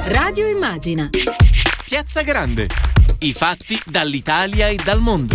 Radio Immagina. Piazza Grande. I fatti dall'Italia e dal mondo.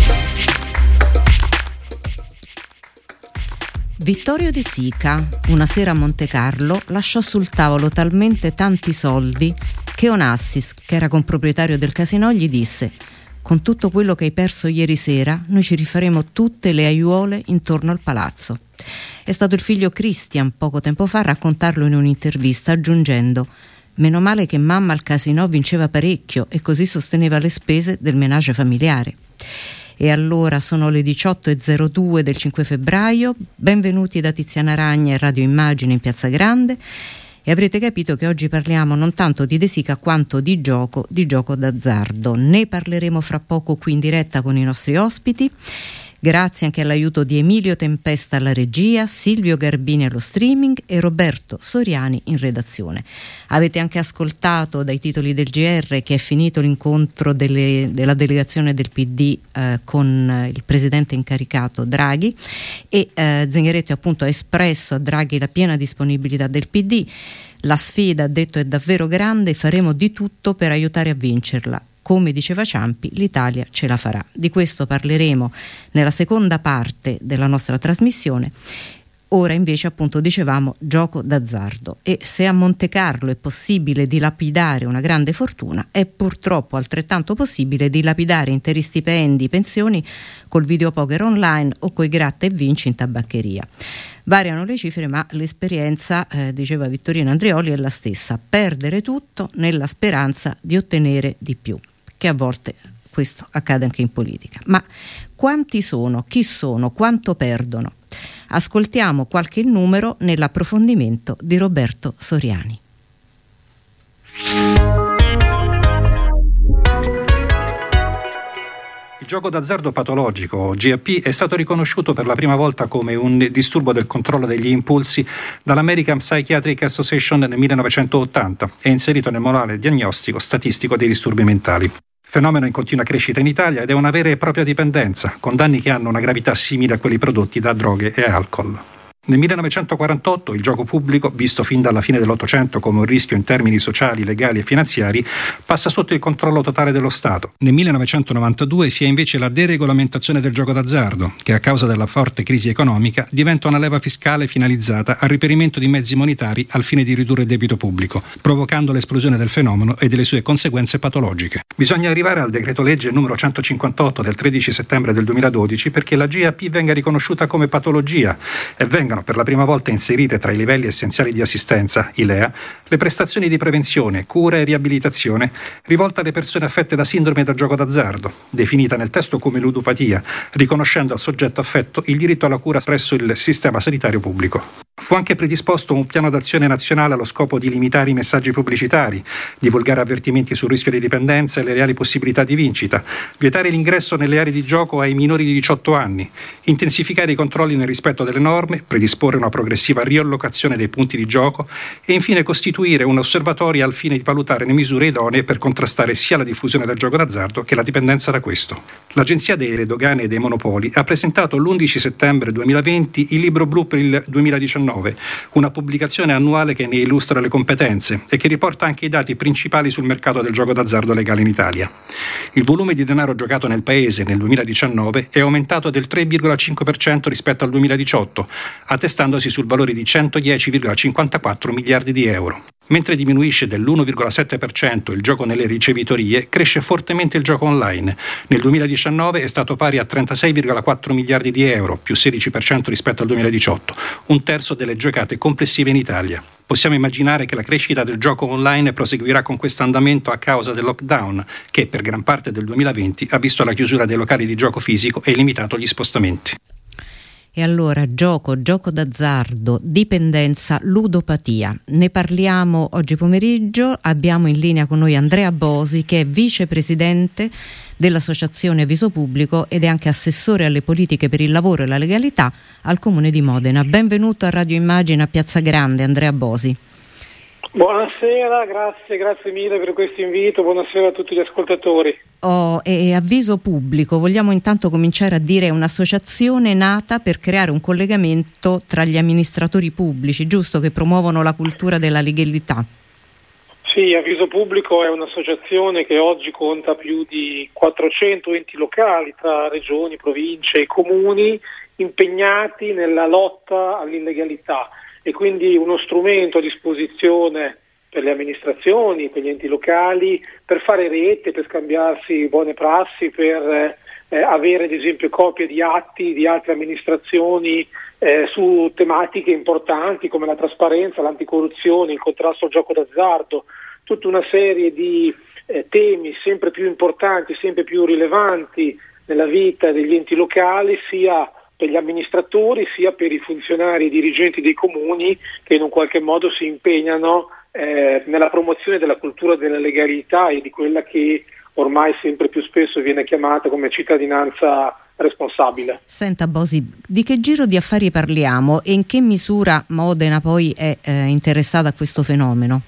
Vittorio De Sica, una sera a Montecarlo, lasciò sul tavolo talmente tanti soldi che Onassis, che era comproprietario del casinò, gli disse: con tutto quello che hai perso ieri sera, noi ci rifaremo tutte le aiuole intorno al palazzo. È stato il figlio Christian, poco tempo fa, a raccontarlo in un'intervista, aggiungendo: meno male che mamma al casinò vinceva parecchio e così sosteneva le spese del menage familiare. E allora sono le 18.02 del 5 febbraio, benvenuti da Tiziana Ragni e Radio Immagine in Piazza Grande, e avrete capito che oggi parliamo non tanto di De Sica quanto di gioco d'azzardo. Ne parleremo fra poco qui in diretta con i nostri ospiti, grazie anche all'aiuto di Emilio Tempesta alla regia, Silvio Garbini allo streaming e Roberto Soriani in redazione. Avete anche ascoltato dai titoli del GR che è finito l'incontro della delegazione del PD con il presidente incaricato Draghi, e Zingaretti appunto ha espresso a Draghi la piena disponibilità del PD. La sfida, ha detto, è davvero grande e faremo di tutto per aiutare a vincerla. Come diceva Ciampi, l'Italia ce la farà. Di questo parleremo nella seconda parte della nostra trasmissione. Ora invece, appunto, dicevamo gioco d'azzardo, e se a Montecarlo è possibile dilapidare una grande fortuna, è purtroppo altrettanto possibile dilapidare interi stipendi, pensioni col videopoker online o coi gratta e vinci in tabaccheria. Variano le cifre, ma l'esperienza, diceva Vittorino Andreoli, è la stessa: perdere tutto nella speranza di ottenere di più, che a volte questo accade anche in politica. Ma quanti sono? Chi sono? Quanto perdono? Ascoltiamo qualche numero nell'approfondimento di Roberto Soriani. Il gioco d'azzardo patologico, GAP, è stato riconosciuto per la prima volta come un disturbo del controllo degli impulsi dall'American Psychiatric Association nel 1980 e inserito nel manuale diagnostico statistico dei disturbi mentali. Fenomeno in continua crescita in Italia ed è una vera e propria dipendenza, con danni che hanno una gravità simile a quelli prodotti da droghe e alcol. Nel 1948 il gioco pubblico, visto fin dalla fine dell'Ottocento come un rischio in termini sociali, legali e finanziari, passa sotto il controllo totale dello Stato. Nel 1992 si ha invece la deregolamentazione del gioco d'azzardo, che a causa della forte crisi economica diventa una leva fiscale finalizzata al reperimento di mezzi monetari al fine di ridurre il debito pubblico, provocando l'esplosione del fenomeno e delle sue conseguenze patologiche. Bisogna arrivare al decreto legge numero 158 del 13 settembre del 2012 perché la GAP venga riconosciuta come patologia e vengano per la prima volta inserite tra i livelli essenziali di assistenza, i LEA, le prestazioni di prevenzione, cura e riabilitazione rivolte alle persone affette da sindrome da gioco d'azzardo, definita nel testo come ludopatia, riconoscendo al soggetto affetto il diritto alla cura presso il sistema sanitario pubblico. Fu anche predisposto un piano d'azione nazionale allo scopo di limitare i messaggi pubblicitari, divulgare avvertimenti sul rischio di dipendenza e le reali possibilità di vincita, vietare l'ingresso nelle aree di gioco ai minori di 18 anni, intensificare i controlli nel rispetto delle norme, predisporre una progressiva riallocazione dei punti di gioco e infine costituire un osservatorio al fine di valutare le misure idonee per contrastare sia la diffusione del gioco d'azzardo che la dipendenza da questo. L'Agenzia delle Dogane e dei Monopoli ha presentato l'11 settembre 2020 il libro blu per il 2019, una pubblicazione annuale che ne illustra le competenze e che riporta anche i dati principali sul mercato del gioco d'azzardo legale in Italia. Il volume di denaro giocato nel paese nel 2019 è aumentato del 3,5% rispetto al 2018, attestandosi sul valore di 110,54 miliardi di euro. Mentre diminuisce dell'1,7% il gioco nelle ricevitorie, cresce fortemente il gioco online. Nel 2019 è stato pari a 36,4 miliardi di euro, più 16% rispetto al 2018, un terzo delle giocate complessive in Italia. Possiamo immaginare che la crescita del gioco online proseguirà con questo andamento a causa del lockdown, che per gran parte del 2020 ha visto la chiusura dei locali di gioco fisico e limitato gli spostamenti. E allora gioco d'azzardo, dipendenza, ludopatia. Ne parliamo oggi pomeriggio. Abbiamo in linea con noi Andrea Bosi, che è vicepresidente dell'Associazione Avviso Pubblico ed è anche assessore alle politiche per il lavoro e la legalità al Comune di Modena. Benvenuto a Radio Immagine a Piazza Grande, Andrea Bosi. Buonasera, grazie mille per questo invito, buonasera a tutti gli ascoltatori. E Avviso Pubblico, vogliamo intanto cominciare a dire, è un'associazione nata per creare un collegamento tra gli amministratori pubblici, giusto, che promuovono la cultura della legalità. Sì, Avviso Pubblico è un'associazione che oggi conta più di 400 enti locali tra regioni, province e comuni impegnati nella lotta all'illegalità, e quindi uno strumento a disposizione per le amministrazioni, per gli enti locali, per fare rete, per scambiarsi buone prassi, per avere ad esempio copie di atti di altre amministrazioni su tematiche importanti come la trasparenza, l'anticorruzione, il contrasto al gioco d'azzardo, tutta una serie di temi sempre più importanti, sempre più rilevanti nella vita degli enti locali, sia per gli amministratori sia per i funzionari e dirigenti dei comuni, che in un qualche modo si impegnano nella promozione della cultura della legalità e di quella che ormai sempre più spesso viene chiamata come cittadinanza responsabile. Senta Bosi, di che giro di affari parliamo e in che misura Modena poi è interessata a questo fenomeno?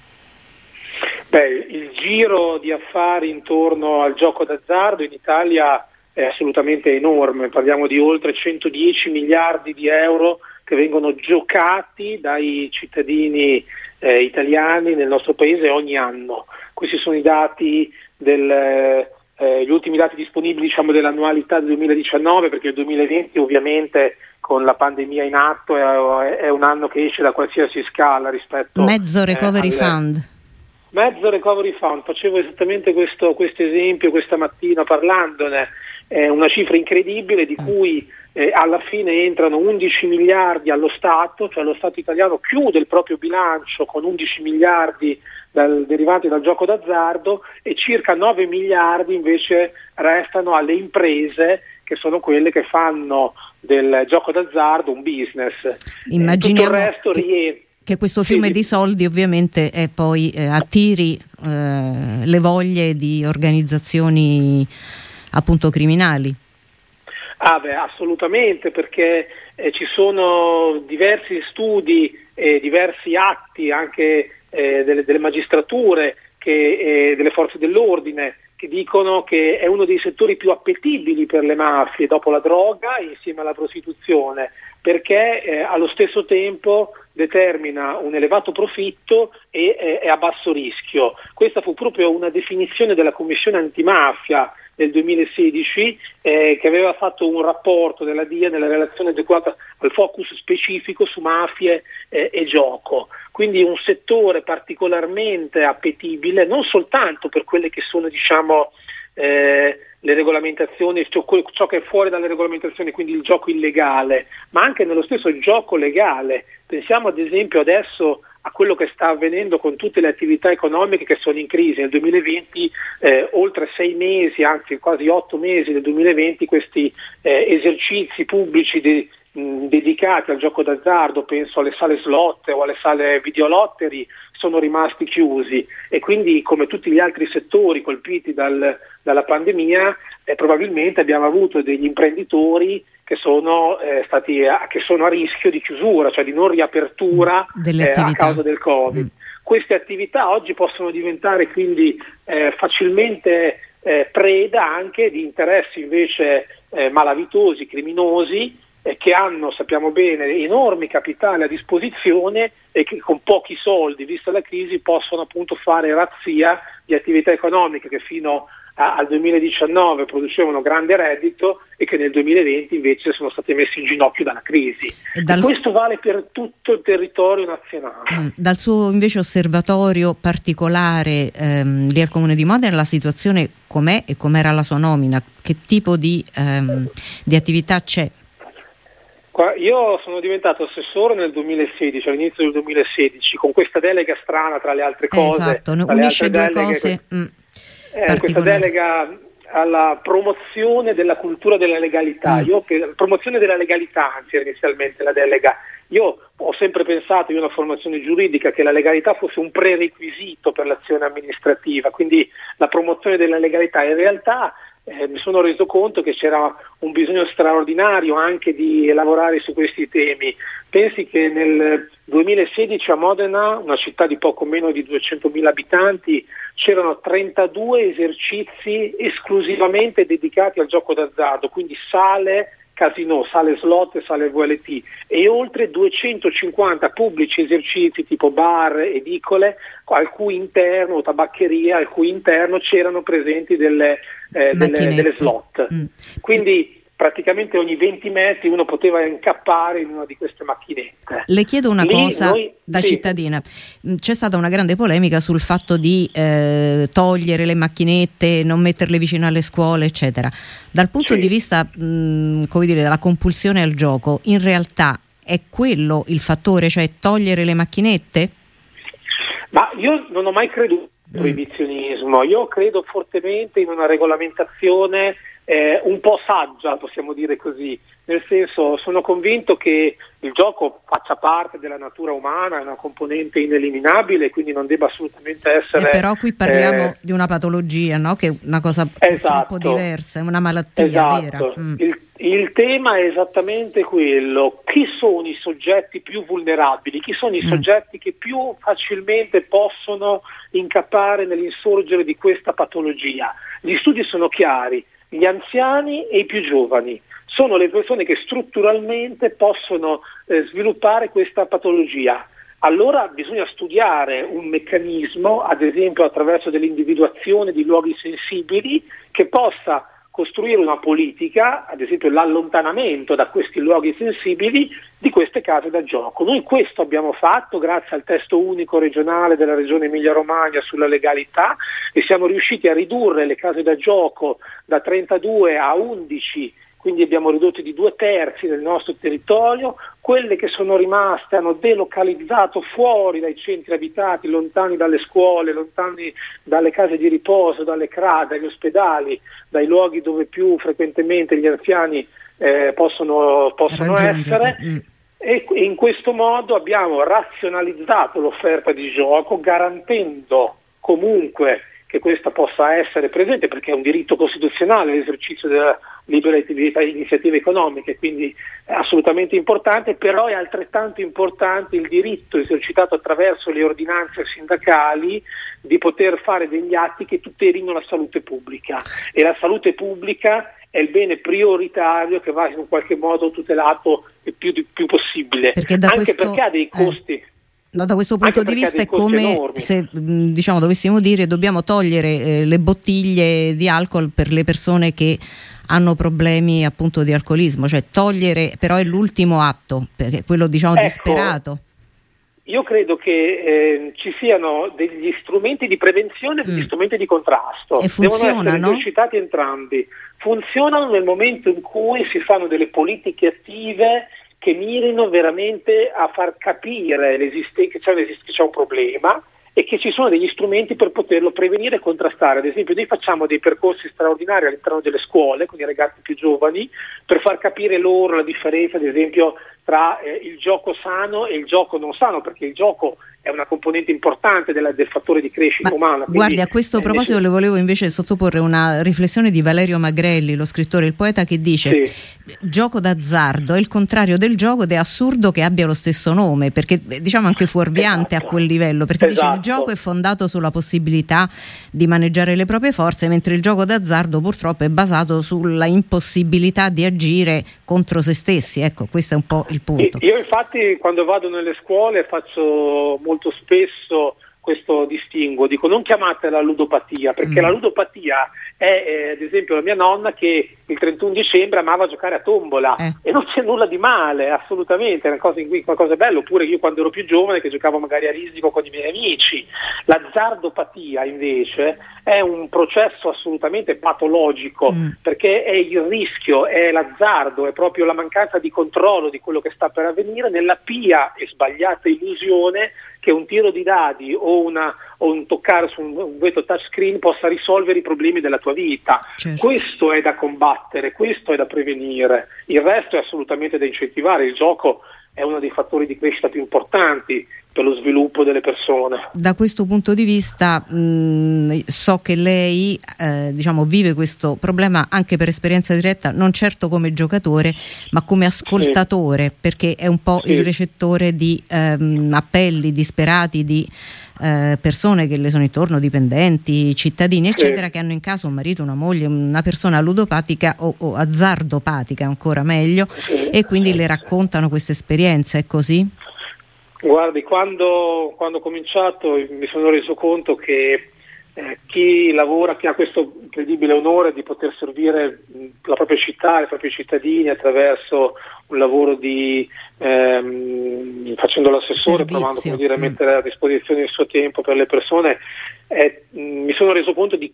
Il giro di affari intorno al gioco d'azzardo in Italia è assolutamente enorme, parliamo di oltre 110 miliardi di euro che vengono giocati dai cittadini italiani nel nostro paese ogni anno. Questi sono i dati gli ultimi dati disponibili, diciamo, dell'annualità del 2019, perché il 2020 ovviamente con la pandemia in atto è un anno che esce da qualsiasi scala rispetto Mezzo recovery fund. Mezzo recovery fund, facevo esattamente questo esempio questa mattina parlandone, è una cifra incredibile di cui alla fine entrano 11 miliardi allo Stato, cioè lo Stato italiano chiude il proprio bilancio con 11 miliardi derivanti dal gioco d'azzardo e circa 9 miliardi invece restano alle imprese, che sono quelle che fanno del gioco d'azzardo un business. Immaginiamo tutto il resto che questo fiume di soldi ovviamente poi attiri le voglie di organizzazioni appunto criminali. Assolutamente, perché ci sono diversi studi e diversi atti anche delle magistrature delle forze dell'ordine che dicono che è uno dei settori più appetibili per le mafie dopo la droga insieme alla prostituzione, perché allo stesso tempo determina un elevato profitto e è a basso rischio. Questa fu proprio una definizione della Commissione antimafia nel 2016 che aveva fatto un rapporto della DIA nella relazione adeguata al focus specifico su mafie e gioco. Quindi un settore particolarmente appetibile non soltanto per quelle che sono le regolamentazioni, ciò che è fuori dalle regolamentazioni, quindi il gioco illegale, ma anche nello stesso gioco legale. Pensiamo ad esempio adesso a quello che sta avvenendo con tutte le attività economiche che sono in crisi. Nel 2020 oltre 6 mesi, anzi quasi 8 mesi del 2020, questi esercizi pubblici dedicati al gioco d'azzardo, penso alle sale slot o alle sale videolottery, sono rimasti chiusi, e quindi come tutti gli altri settori colpiti dalla pandemia probabilmente abbiamo avuto degli imprenditori che sono a rischio di chiusura, cioè di non riapertura a causa del Covid. Queste attività oggi possono diventare quindi facilmente preda anche di interessi invece malavitosi, criminosi, che hanno, sappiamo bene, enormi capitali a disposizione e che con pochi soldi, vista la crisi, possono appunto fare razzia di attività economiche che fino al 2019 producevano grande reddito e che nel 2020 invece sono state messe in ginocchio dalla crisi. Questo vale per tutto il territorio nazionale. Dal suo invece osservatorio particolare lì al Comune di Modena, la situazione com'è e com'era la sua nomina? Che tipo di attività c'è? Io sono diventato assessore nel 2016, all'inizio del 2016, con questa delega strana tra le altre cose. Esatto, unisce due cose. Questa delega alla promozione della cultura della legalità. Promozione della legalità, anzi inizialmente la delega. Io ho sempre pensato, io ho una formazione giuridica, che la legalità fosse un prerequisito per l'azione amministrativa, quindi la promozione della legalità. In realtà mi sono reso conto che c'era un bisogno straordinario anche di lavorare su questi temi. Pensi che nel 2016 a Modena, una città di poco meno di 200.000 abitanti, c'erano 32 esercizi esclusivamente dedicati al gioco d'azzardo, quindi sale, casinò, sale slot e sale VLT, e oltre 250 pubblici esercizi tipo bar, edicole, al cui interno, o tabaccheria, al cui interno c'erano presenti delle slot. Quindi praticamente ogni 20 metri uno poteva incappare in una di queste macchinette. Le chiedo una cosa da cittadina. C'è stata una grande polemica sul fatto di togliere le macchinette, non metterle vicino alle scuole, eccetera. Dal punto di vista, come dire, della compulsione al gioco, in realtà è quello il fattore, cioè togliere le macchinette? Ma io non ho mai creduto al proibizionismo, io credo fortemente in una regolamentazione un po' saggia, possiamo dire così, nel senso, sono convinto che il gioco faccia parte della natura umana, è una componente ineliminabile, quindi non debba assolutamente essere... però qui parliamo di una patologia, no? Che è una cosa troppo diversa, è una malattia vera. Il tema è esattamente quello: chi sono i soggetti più vulnerabili, chi sono i soggetti che più facilmente possono incappare nell'insorgere di questa patologia. Gli studi sono chiari: gli anziani e i più giovani sono le persone che strutturalmente possono sviluppare questa patologia. Allora bisogna studiare un meccanismo, ad esempio attraverso dell'individuazione di luoghi sensibili, che possa costruire una politica, ad esempio l'allontanamento da questi luoghi sensibili di queste case da gioco. Noi questo abbiamo fatto grazie al testo unico regionale della regione Emilia-Romagna sulla legalità, e siamo riusciti a ridurre le case da gioco da 32 a 11, quindi abbiamo ridotto di 2/3 del nostro territorio. Quelle che sono rimaste hanno delocalizzato fuori dai centri abitati, lontani dalle scuole, lontani dalle case di riposo, dalle CRA, dagli ospedali, dai luoghi dove più frequentemente gli anziani possono essere. E in questo modo abbiamo razionalizzato l'offerta di gioco, garantendo comunque che questa possa essere presente, perché è un diritto costituzionale l'esercizio della libera iniziativa economica, quindi è assolutamente importante. Però è altrettanto importante il diritto esercitato attraverso le ordinanze sindacali di poter fare degli atti che tutelino la salute pubblica, e la salute pubblica è il bene prioritario che va in qualche modo tutelato il più possibile, perché perché ha dei costi. No, da questo punto di vista è come enormi. Se dovessimo dire dobbiamo togliere le bottiglie di alcol per le persone che hanno problemi appunto di alcolismo, cioè togliere, però è l'ultimo atto, perché quello disperato. Io credo che ci siano degli strumenti di prevenzione e degli strumenti di contrasto. E funzionano? Devono essere esercitati entrambi. Funzionano nel momento in cui si fanno delle politiche attive che mirino veramente a far capire che c'è un problema e che ci sono degli strumenti per poterlo prevenire e contrastare. Ad esempio, noi facciamo dei percorsi straordinari all'interno delle scuole con i ragazzi più giovani per far capire loro la differenza, ad esempio, tra il gioco sano e il gioco non sano, perché il gioco è una componente importante del fattore di crescita umana. Guardi, a questo proposito le volevo invece sottoporre una riflessione di Valerio Magrelli, lo scrittore, il poeta, che dice: gioco d'azzardo è il contrario del gioco ed è assurdo che abbia lo stesso nome, perché anche fuorviante a quel livello, perché dice il gioco è fondato sulla possibilità di maneggiare le proprie forze, mentre il gioco d'azzardo purtroppo è basato sulla impossibilità di agire contro se stessi. Ecco, questo è un po' il punto. Io infatti quando vado nelle scuole faccio molto spesso questo distinguo, dico: non chiamatela ludopatia, perché la ludopatia è ad esempio la mia nonna che il 31 dicembre amava giocare a tombola e non c'è nulla di male, assolutamente, è una cosa bella. Oppure io quando ero più giovane che giocavo magari a risico con i miei amici. L'azzardopatia invece è un processo assolutamente patologico, perché è il rischio, è l'azzardo, è proprio la mancanza di controllo di quello che sta per avvenire nella pia e sbagliata illusione che un tiro di dadi o un toccare su un vetro touchscreen possa risolvere i problemi della tua vita. Certo. Questo è da combattere, questo è da prevenire, il resto è assolutamente da incentivare. Il gioco è uno dei fattori di crescita più importanti, per lo sviluppo delle persone. Da questo punto di vista so che lei vive questo problema anche per esperienza diretta, non certo come giocatore ma come ascoltatore, perché è un po' il recettore di appelli disperati di persone che le sono intorno, dipendenti, cittadini eccetera, che hanno in casa un marito, una moglie, una persona ludopatica o azzardopatica ancora meglio, e quindi le raccontano questa esperienza. È così? Guardi, quando ho cominciato mi sono reso conto che chi lavora, chi ha questo incredibile onore di poter servire la propria città, i propri cittadini attraverso un lavoro di facendo l'assessore, provando a mettere a disposizione il suo tempo per le persone, mi sono reso conto di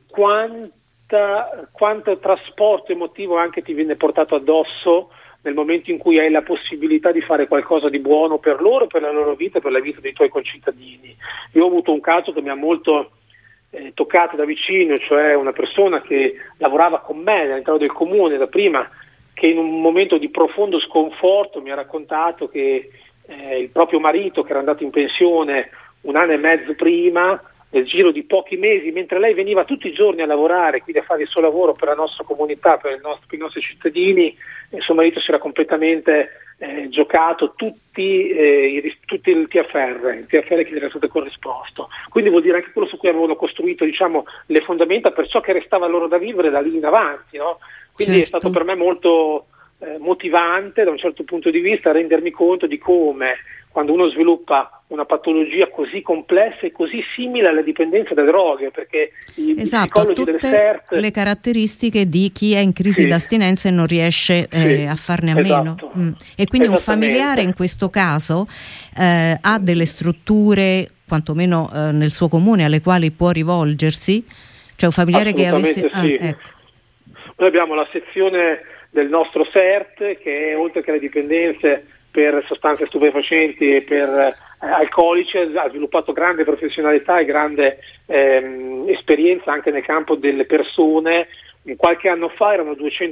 quanto trasporto emotivo anche ti viene portato addosso nel momento in cui hai la possibilità di fare qualcosa di buono per loro, per la loro vita e per la vita dei tuoi concittadini. Io ho avuto un caso che mi ha molto toccato da vicino, cioè una persona che lavorava con me all'interno del comune da prima, che in un momento di profondo sconforto mi ha raccontato che il proprio marito, che era andato in pensione 1 anno e mezzo prima, nel giro di pochi mesi, mentre lei veniva tutti i giorni a lavorare, quindi a fare il suo lavoro per la nostra comunità, per i nostri cittadini, suo marito si era completamente giocato tutti il TFR che gli era stato corrisposto. Quindi vuol dire anche quello su cui avevano costruito, le fondamenta per ciò che restava loro da vivere da lì in avanti, no? Quindi È stato per me molto motivante da un certo punto di vista rendermi conto di come, quando uno sviluppa una patologia così complessa e così simile alla dipendenza da droghe, perché i psicologi tutte del CERT, le caratteristiche di chi è in crisi d'astinenza e non riesce a farne a meno. E quindi un familiare in questo caso ha delle strutture, quantomeno nel suo comune, alle quali può rivolgersi? Cioè un familiare che avesse... Ecco. Noi abbiamo la sezione del nostro CERT che, oltre che le dipendenze per sostanze stupefacenti e per alcolici, ha sviluppato grande professionalità e grande esperienza anche nel campo delle persone. Qualche anno fa erano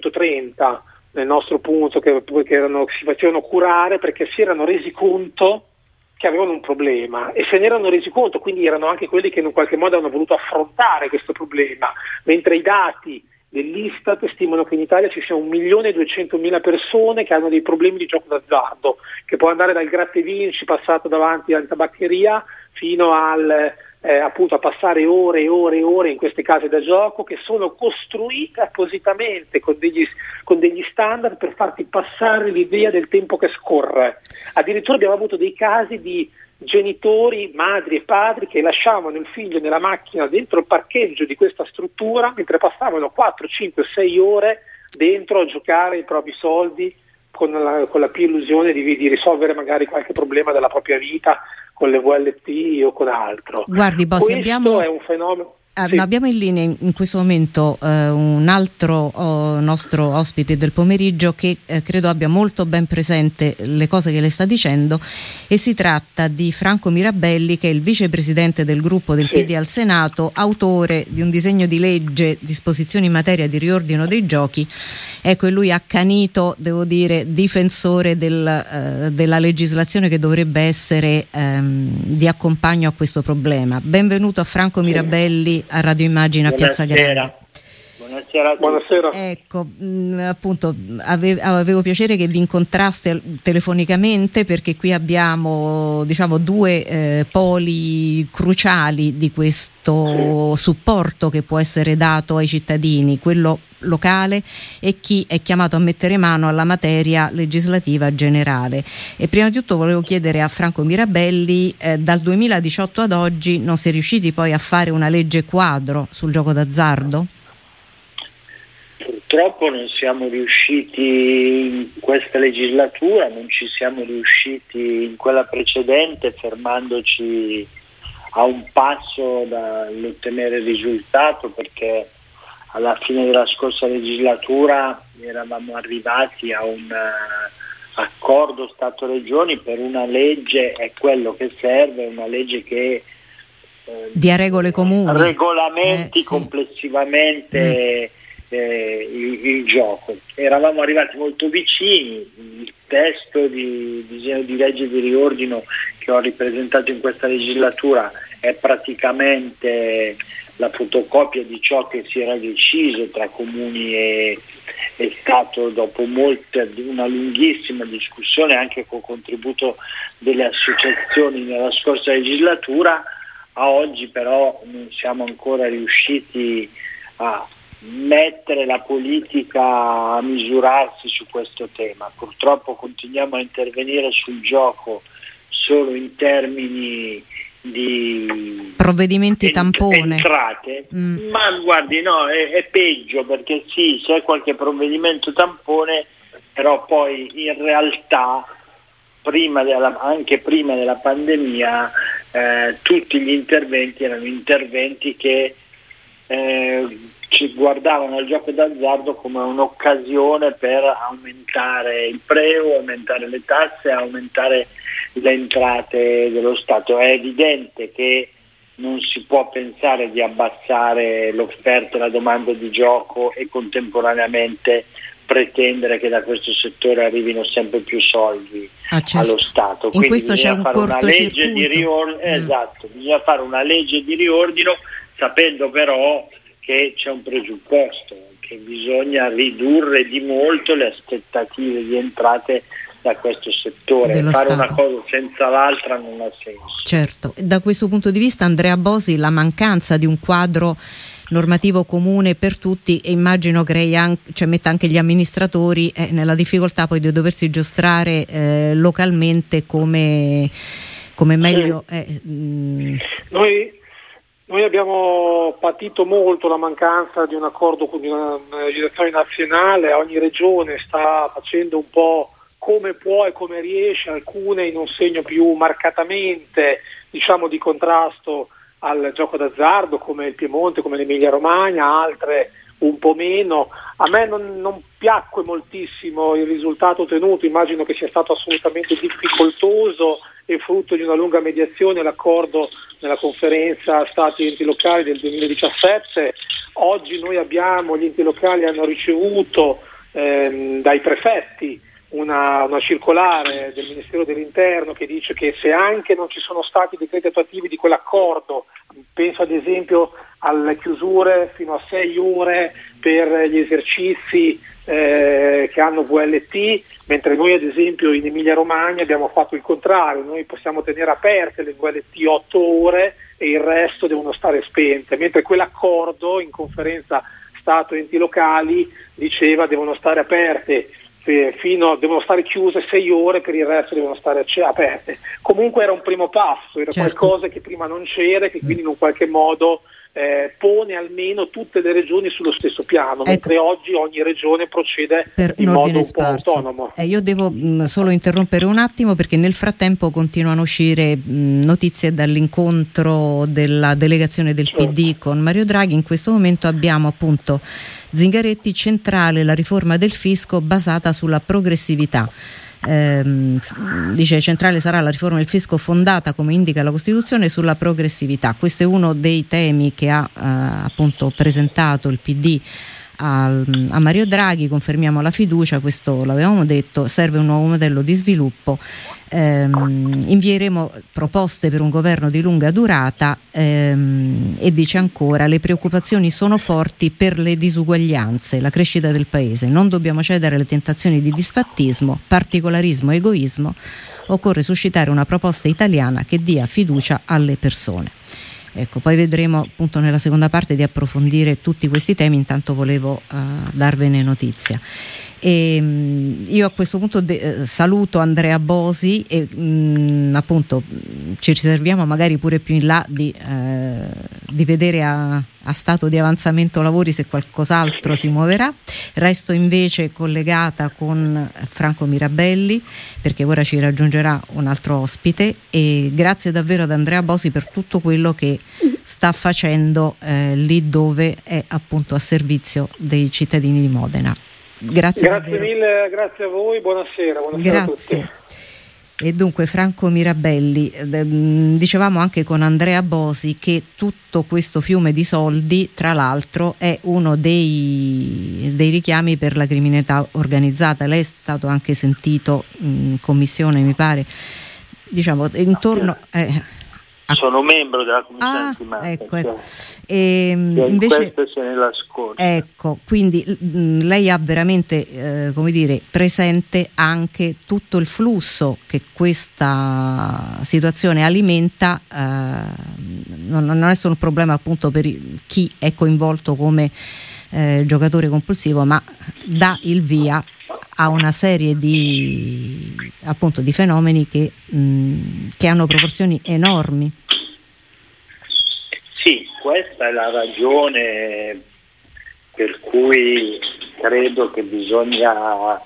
230 nel nostro punto che si facevano curare perché si erano resi conto che avevano un problema e se ne erano resi conto, quindi erano anche quelli che in un qualche modo hanno voluto affrontare questo problema, mentre i dati dell'Istat stimano che in Italia ci sia 1.200.000 persone che hanno dei problemi di gioco d'azzardo, che può andare dal gratta e vinci passato davanti alla tabaccheria fino appunto a passare ore e ore e ore in queste case da gioco che sono costruite appositamente con degli standard per farti passare l'idea del tempo che scorre. Addirittura abbiamo avuto dei casi di genitori, madri e padri che lasciavano il figlio nella macchina dentro il parcheggio di questa struttura mentre passavano 4, 5, 6 ore dentro a giocare i propri soldi con la più illusione di risolvere magari qualche problema della propria vita con le VLT o con altro. Guardi Bossi, questo è un fenomeno. Sì. Abbiamo in linea in questo momento un altro nostro ospite del pomeriggio che credo abbia molto ben presente le cose che le sta dicendo, e si tratta di Franco Mirabelli, che è il vicepresidente del gruppo del PD al Senato, autore di un disegno di legge disposizioni in materia di riordino dei giochi. Ecco, e lui accanito, devo dire, difensore della legislazione che dovrebbe essere di accompagno a questo problema. Benvenuto a Franco Mirabelli a Radio Immagine a Piazza Grande. Buonasera. Ecco, appunto avevo piacere che vi incontraste telefonicamente, perché qui abbiamo due poli cruciali di questo supporto che può essere dato ai cittadini, quello locale e chi è chiamato a mettere mano alla materia legislativa generale. E prima di tutto volevo chiedere a Franco Mirabelli, dal 2018 ad oggi non si è riusciti poi a fare una legge quadro sul gioco d'azzardo? Purtroppo non siamo riusciti in questa legislatura, non ci siamo riusciti in quella precedente, fermandoci a un passo dall'ottenere il risultato, perché alla fine della scorsa legislatura eravamo arrivati a un accordo Stato-Regioni per una legge, è quello che serve, una legge che dia regole comuni, regolamenti complessivamente il gioco. Eravamo arrivati molto vicini, il testo di disegno di legge di riordino che ho ripresentato in questa legislatura è praticamente la fotocopia di ciò che si era deciso tra comuni e Stato dopo una lunghissima discussione anche con contributo delle associazioni nella scorsa legislatura. A oggi però non siamo ancora riusciti a mettere la politica a misurarsi su questo tema. Purtroppo continuiamo a intervenire sul gioco solo in termini di provvedimenti tampone, entrate, ma guardi, no, è peggio, perché sì, c'è qualche provvedimento tampone, però poi in realtà anche prima della pandemia tutti gli interventi erano interventi che ci guardavano al gioco d'azzardo come un'occasione per aumentare il prelievo, aumentare le tasse, aumentare le entrate dello Stato. È evidente che non si può pensare di abbassare l'offerta e la domanda di gioco e contemporaneamente pretendere che da questo settore arrivino sempre più soldi allo Stato. In quindi questo c'è un cortocircuito. Esatto, bisogna fare una legge di riordino sapendo però che c'è un presupposto, che bisogna ridurre di molto le aspettative di entrate da questo settore. Fare una cosa senza l'altra non ha senso. Certo, da questo punto di vista Andrea Bosi, la mancanza di un quadro normativo comune per tutti, e immagino metta anche gli amministratori nella difficoltà poi di doversi giostrare localmente come meglio. Noi abbiamo patito molto la mancanza di un accordo con una legislazione nazionale. Ogni regione sta facendo un po' come può e come riesce, alcune in un segno più marcatamente di contrasto al gioco d'azzardo, come il Piemonte, come l'Emilia Romagna, altre un po' meno. A me non piacque moltissimo il risultato ottenuto, immagino che sia stato assolutamente difficoltoso e frutto di una lunga mediazione l'accordo nella conferenza Stati e enti locali del 2017. Oggi gli enti locali hanno ricevuto dai prefetti una circolare del Ministero dell'Interno che dice che se anche non ci sono stati decreti attuativi di quell'accordo, penso ad esempio alle chiusure fino a 6 ore per gli esercizi che hanno VLT, mentre noi ad esempio in Emilia Romagna abbiamo fatto il contrario, noi possiamo tenere aperte le VLT 8 ore e il resto devono stare spente, mentre quell'accordo in conferenza Stato e enti locali diceva devono stare aperte devono stare chiuse 6 ore, per il resto devono stare aperte. Comunque era un primo passo, era qualcosa che prima non c'era e che quindi in un qualche modo pone almeno tutte le regioni sullo stesso piano, mentre oggi ogni regione procede in modo un po' autonomo. Io devo solo interrompere un attimo perché nel frattempo continuano a uscire notizie dall'incontro della delegazione del PD con Mario Draghi. In questo momento abbiamo appunto Zingaretti: centrale la riforma del fisco basata sulla progressività. Dice centrale sarà la riforma del fisco fondata, come indica la Costituzione, sulla progressività. Questo è uno dei temi che ha appunto presentato il PD a Mario Draghi. Confermiamo la fiducia, questo l'avevamo detto, serve un nuovo modello di sviluppo, invieremo proposte per un governo di lunga durata, e dice ancora: le preoccupazioni sono forti per le disuguaglianze, la crescita del paese, non dobbiamo cedere alle tentazioni di disfattismo, particolarismo e egoismo, occorre suscitare una proposta italiana che dia fiducia alle persone. Ecco, poi vedremo appunto nella seconda parte di approfondire tutti questi temi. Intanto volevo darvene notizia. Io a questo punto saluto Andrea Bosi e appunto ci riserviamo magari pure più in là di vedere a stato di avanzamento lavori se qualcos'altro si muoverà. Resto invece collegata con Franco Mirabelli perché ora ci raggiungerà un altro ospite, e grazie davvero ad Andrea Bosi per tutto quello che sta facendo lì dove è appunto a servizio dei cittadini di Modena. Grazie mille, grazie a voi, buonasera grazie a tutti. E dunque Franco Mirabelli, dicevamo anche con Andrea Bosi che tutto questo fiume di soldi, tra l'altro, è uno dei richiami per la criminalità organizzata. Lei è stato anche sentito in commissione, mi pare, diciamo, intorno... Sono membro della commissione antimafia. Ecco. E invece questo se ne nasconde. Ecco, quindi lei ha veramente presente anche tutto il flusso che questa situazione alimenta. Non è solo un problema appunto per chi è coinvolto come giocatore compulsivo, ma dà il via a una serie di fenomeni che hanno proporzioni enormi. Sì, questa è la ragione per cui credo che bisogna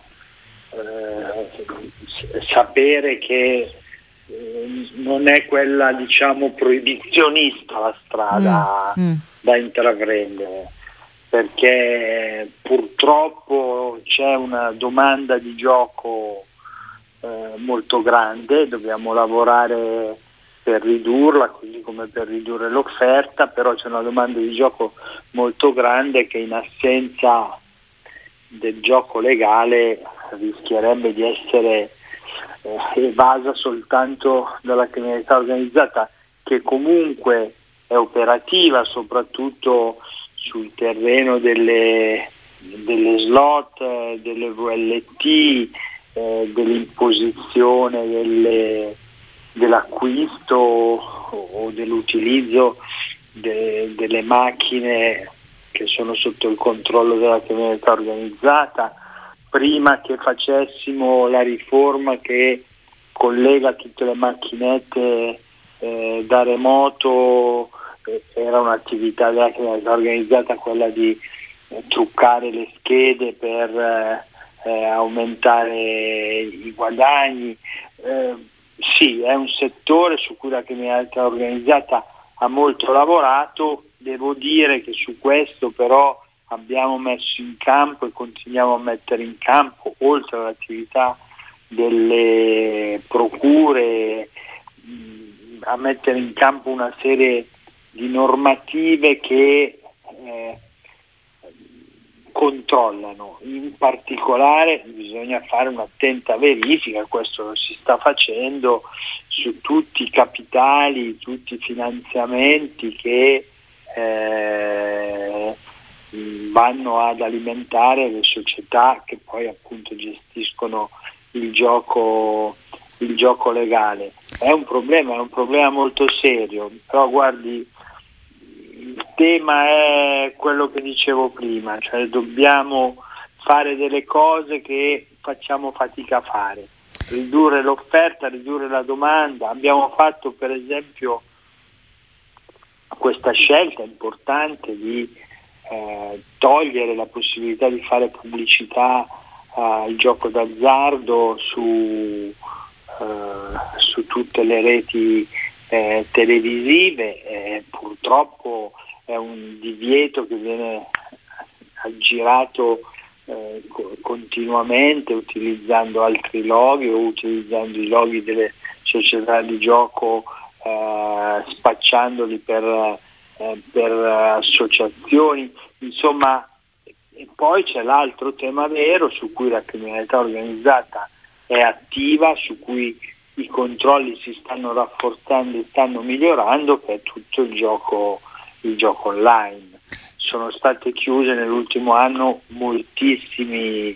sapere che non è quella, diciamo, proibizionista la strada da intraprendere, perché purtroppo c'è una domanda di gioco molto grande, dobbiamo lavorare per ridurla, così come per ridurre l'offerta, però c'è una domanda di gioco molto grande che in assenza del gioco legale rischierebbe di essere evasa soltanto dalla criminalità organizzata, che comunque è operativa soprattutto sul terreno delle slot, delle VLT, dell'imposizione dell'acquisto o dell'utilizzo delle macchine che sono sotto il controllo della criminalità organizzata. Prima che facessimo la riforma che collega tutte le macchinette da remoto, era un'attività della criminalità organizzata quella di truccare le schede per aumentare i guadagni. Sì, è un settore su cui la criminalità organizzata ha molto lavorato. Devo dire che su questo però abbiamo messo in campo e continuiamo a mettere in campo, oltre all'attività delle procure, a mettere in campo una serie di normative che controllano. In particolare bisogna fare un'attenta verifica, questo lo si sta facendo, su tutti i capitali, tutti i finanziamenti che vanno ad alimentare le società che poi appunto gestiscono il gioco legale. È un problema molto serio, però guardi, il tema è quello che dicevo prima, cioè dobbiamo fare delle cose che facciamo fatica a fare, ridurre l'offerta, ridurre la domanda. Abbiamo fatto per esempio questa scelta importante di togliere la possibilità di fare pubblicità al gioco d'azzardo su tutte le reti televisive. Purtroppo è un divieto che viene aggirato continuamente utilizzando altri loghi o utilizzando i loghi delle società di gioco, spacciandoli per associazioni, insomma. E poi c'è l'altro tema vero su cui la criminalità organizzata è attiva, su cui i controlli si stanno rafforzando e stanno migliorando, che è tutto il gioco online. Sono state chiuse nell'ultimo anno moltissimi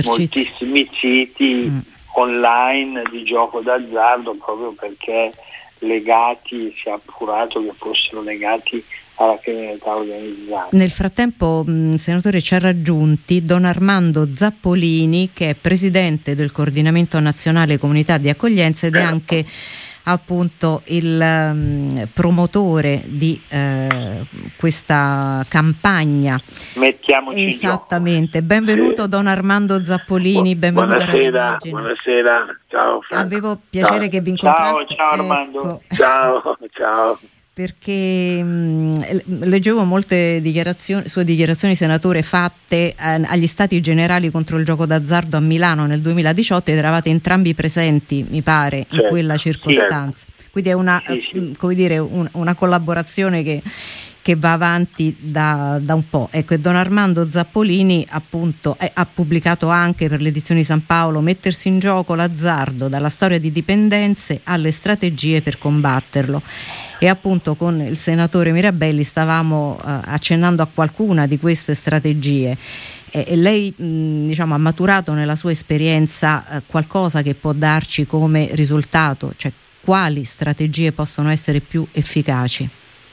siti online di gioco d'azzardo, proprio perché si è appurato che fossero legati alla criminalità organizzata. Nel frattempo, senatore, ci ha raggiunti Don Armando Zappolini, che è presidente del Coordinamento Nazionale Comunità di Accoglienza ed è anche appunto il promotore di questa campagna. Mettiamoci esattamente in gioco. Benvenuto Don Armando Zappolini, benvenuto a Radio Immagine. Buonasera, ciao Franco. Avevo piacere che vi incontraste. Ciao Armando. Ciao. perché leggevo molte sue dichiarazioni, senatore, fatte agli Stati Generali contro il gioco d'azzardo a Milano nel 2018 ed eravate entrambi presenti, mi pare, in quella circostanza. Quindi è una, come dire, una collaborazione che va avanti da un po'. Ecco, e Don Armando Zappolini appunto ha pubblicato anche per l'edizione di San Paolo Mettersi in gioco l'azzardo, dalla storia di dipendenze alle strategie per combatterlo. E appunto con il senatore Mirabelli stavamo accennando a qualcuna di queste strategie. E lei diciamo ha maturato nella sua esperienza qualcosa che può darci come risultato, cioè quali strategie possono essere più efficaci?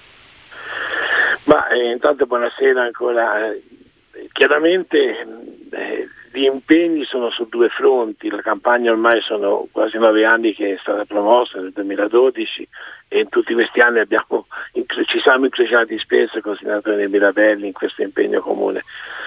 Ma intanto buonasera ancora. Chiaramente gli impegni sono su due fronti. La campagna ormai sono quasi 9 anni che è stata promossa, nel 2012, e in tutti questi anni ci siamo incrociati spesso con il senatore Mirabelli in questo impegno comune.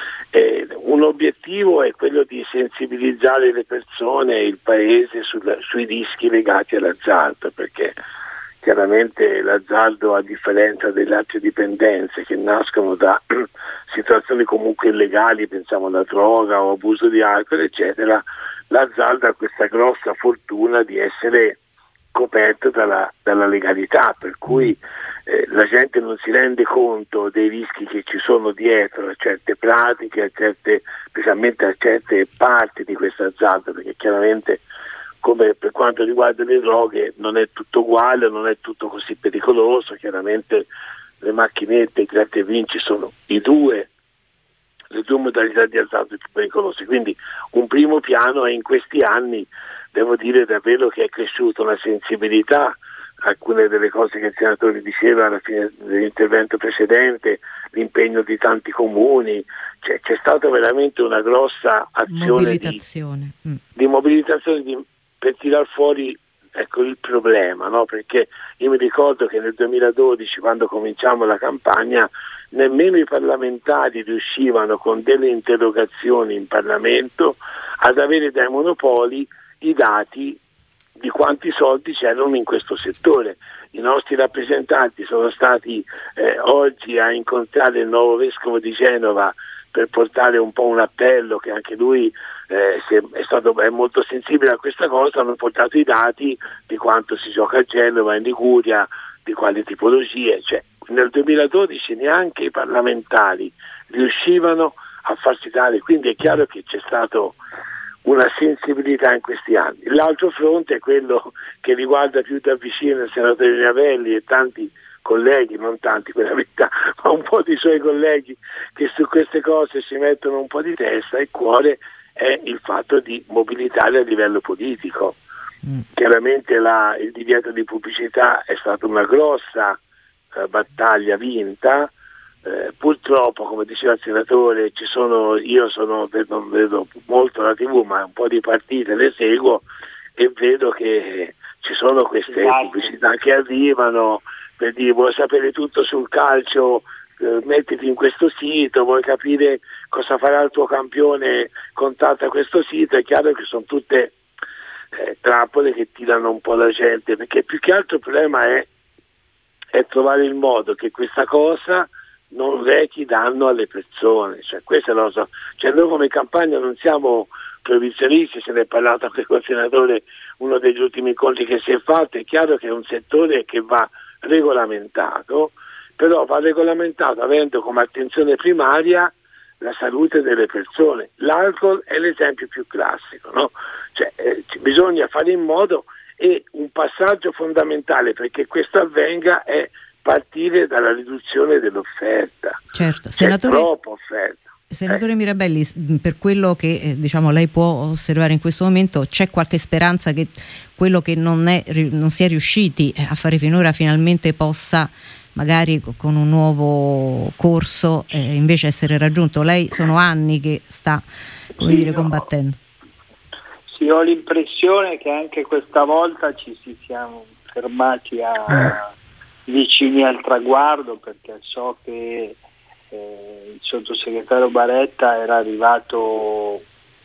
Un obiettivo è quello di sensibilizzare le persone e il paese sui rischi legati all'azzardo, perché chiaramente l'azzardo, a differenza delle altre dipendenze che nascono da situazioni comunque illegali, pensiamo alla droga o abuso di alcol eccetera, l'azzardo ha questa grossa fortuna di essere coperto dalla legalità, per cui la gente non si rende conto dei rischi che ci sono dietro a certe pratiche, specialmente a certe parti di questo azzardo, perché chiaramente, come per quanto riguarda le droghe, non è tutto uguale, non è tutto così pericoloso. Chiaramente le macchinette, i gratta e vinci sono le due modalità di azzardo più pericolose. Quindi un primo piano è, in questi anni devo dire davvero che è cresciuta una sensibilità. Alcune delle cose che il senatore diceva alla fine dell'intervento precedente, l'impegno di tanti comuni, c'è stata veramente una grossa azione di mobilitazione per tirar fuori, ecco, il problema, no? Perché io mi ricordo che nel 2012, quando cominciamo la campagna, nemmeno i parlamentari riuscivano con delle interrogazioni in Parlamento ad avere dai monopoli i dati di quanti soldi c'erano in questo settore. I nostri rappresentanti sono stati oggi a incontrare il nuovo vescovo di Genova per portare un po' un appello, che anche lui è molto sensibile a questa cosa. Hanno portato i dati di quanto si gioca a Genova, in Liguria, di quali tipologie. Cioè, nel 2012 neanche i parlamentari riuscivano a farsi dare, quindi è chiaro che c'è stato una sensibilità in questi anni. L'altro fronte è quello che riguarda più da vicino il senatore Mirabelli e tanti colleghi, non tanti per la verità, ma un po' di suoi colleghi che su queste cose si mettono un po' di testa, e il cuore è il fatto di mobilitare a livello politico. Chiaramente il divieto di pubblicità è stata una grossa battaglia vinta. Purtroppo, come diceva il senatore, non vedo molto la TV, ma un po' di partite le seguo e vedo che ci sono queste pubblicità che arrivano per dire: vuoi sapere tutto sul calcio, mettiti in questo sito, vuoi capire cosa farà il tuo campione, contatta questo sito. È chiaro che sono tutte trappole che tirano un po' la gente, perché più che altro il problema è trovare il modo che questa cosa non rechi danno alle persone. Cioè, questo lo so. Cioè, noi come campagna non siamo proibizionisti, se ne è parlato anche col senatore, uno degli ultimi incontri che si è fatto. È chiaro che è un settore che va regolamentato, però va regolamentato avendo come attenzione primaria la salute delle persone. L'alcol è l'esempio più classico, no? Cioè, bisogna fare in modo, e un passaggio fondamentale perché questo avvenga è partire dalla riduzione dell'offerta. Certo, c'è troppa offerta. Senatore Mirabelli, per quello che diciamo lei può osservare in questo momento, c'è qualche speranza che quello che non si è riusciti a fare finora finalmente possa, magari con un nuovo corso, invece essere raggiunto? Lei sono anni che sta combattendo. Sì, ho l'impressione che anche questa volta ci siamo fermati vicini al traguardo, perché so che il sottosegretario Baretta era arrivato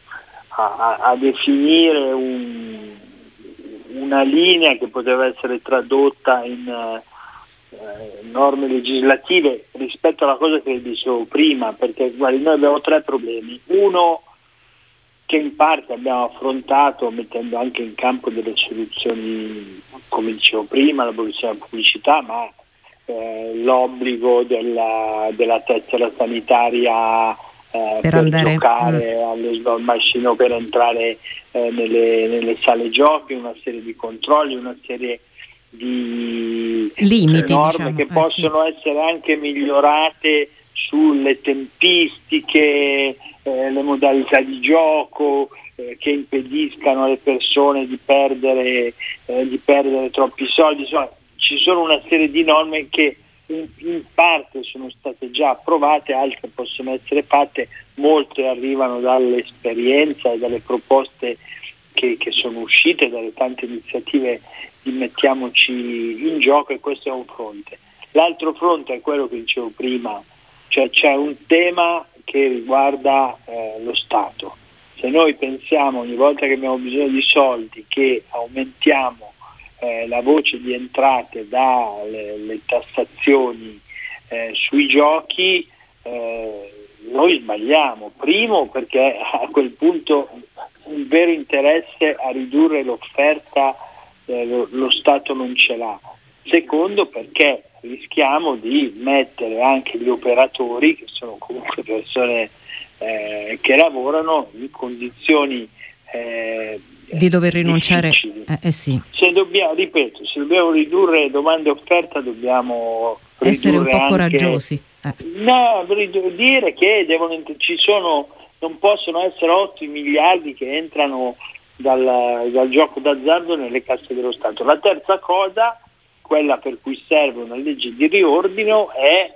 a definire una linea che poteva essere tradotta in norme legislative rispetto alla cosa che dicevo prima, perché guardi, noi abbiamo 3 problemi. Uno, che in parte abbiamo affrontato mettendo anche in campo delle soluzioni, come dicevo prima, l'abolizione della pubblicità, ma l'obbligo della tessera sanitaria per giocare alle slot machine o per entrare nelle sale giochi, una serie di controlli, una serie di limiti, norme, diciamo, che possono essere anche migliorate sulle tempistiche, le modalità di gioco, che impediscano alle persone di perdere troppi soldi. Insomma, ci sono una serie di norme che in parte sono state già approvate, altre possono essere fatte, molte arrivano dall'esperienza e dalle proposte che sono uscite, dalle tante iniziative di mettiamoci in gioco, e questo è un fronte. L'altro fronte è quello che dicevo prima, cioè c'è un tema che riguarda lo Stato. Se noi pensiamo ogni volta che abbiamo bisogno di soldi che aumentiamo la voce di entrate dalle tassazioni sui giochi, noi sbagliamo. Primo, perché a quel punto un vero interesse a ridurre l'offerta lo Stato non ce l'ha. Secondo, perché rischiamo di mettere anche gli operatori, che sono comunque persone che lavorano, in condizioni di dover rinunciare. Sì. Se dobbiamo ridurre domanda e offerta, dobbiamo essere un po' anche coraggiosi. No, dire che non possono essere 8 miliardi che entrano dal gioco d'azzardo nelle casse dello Stato. La terza cosa, quella per cui serve una legge di riordino, è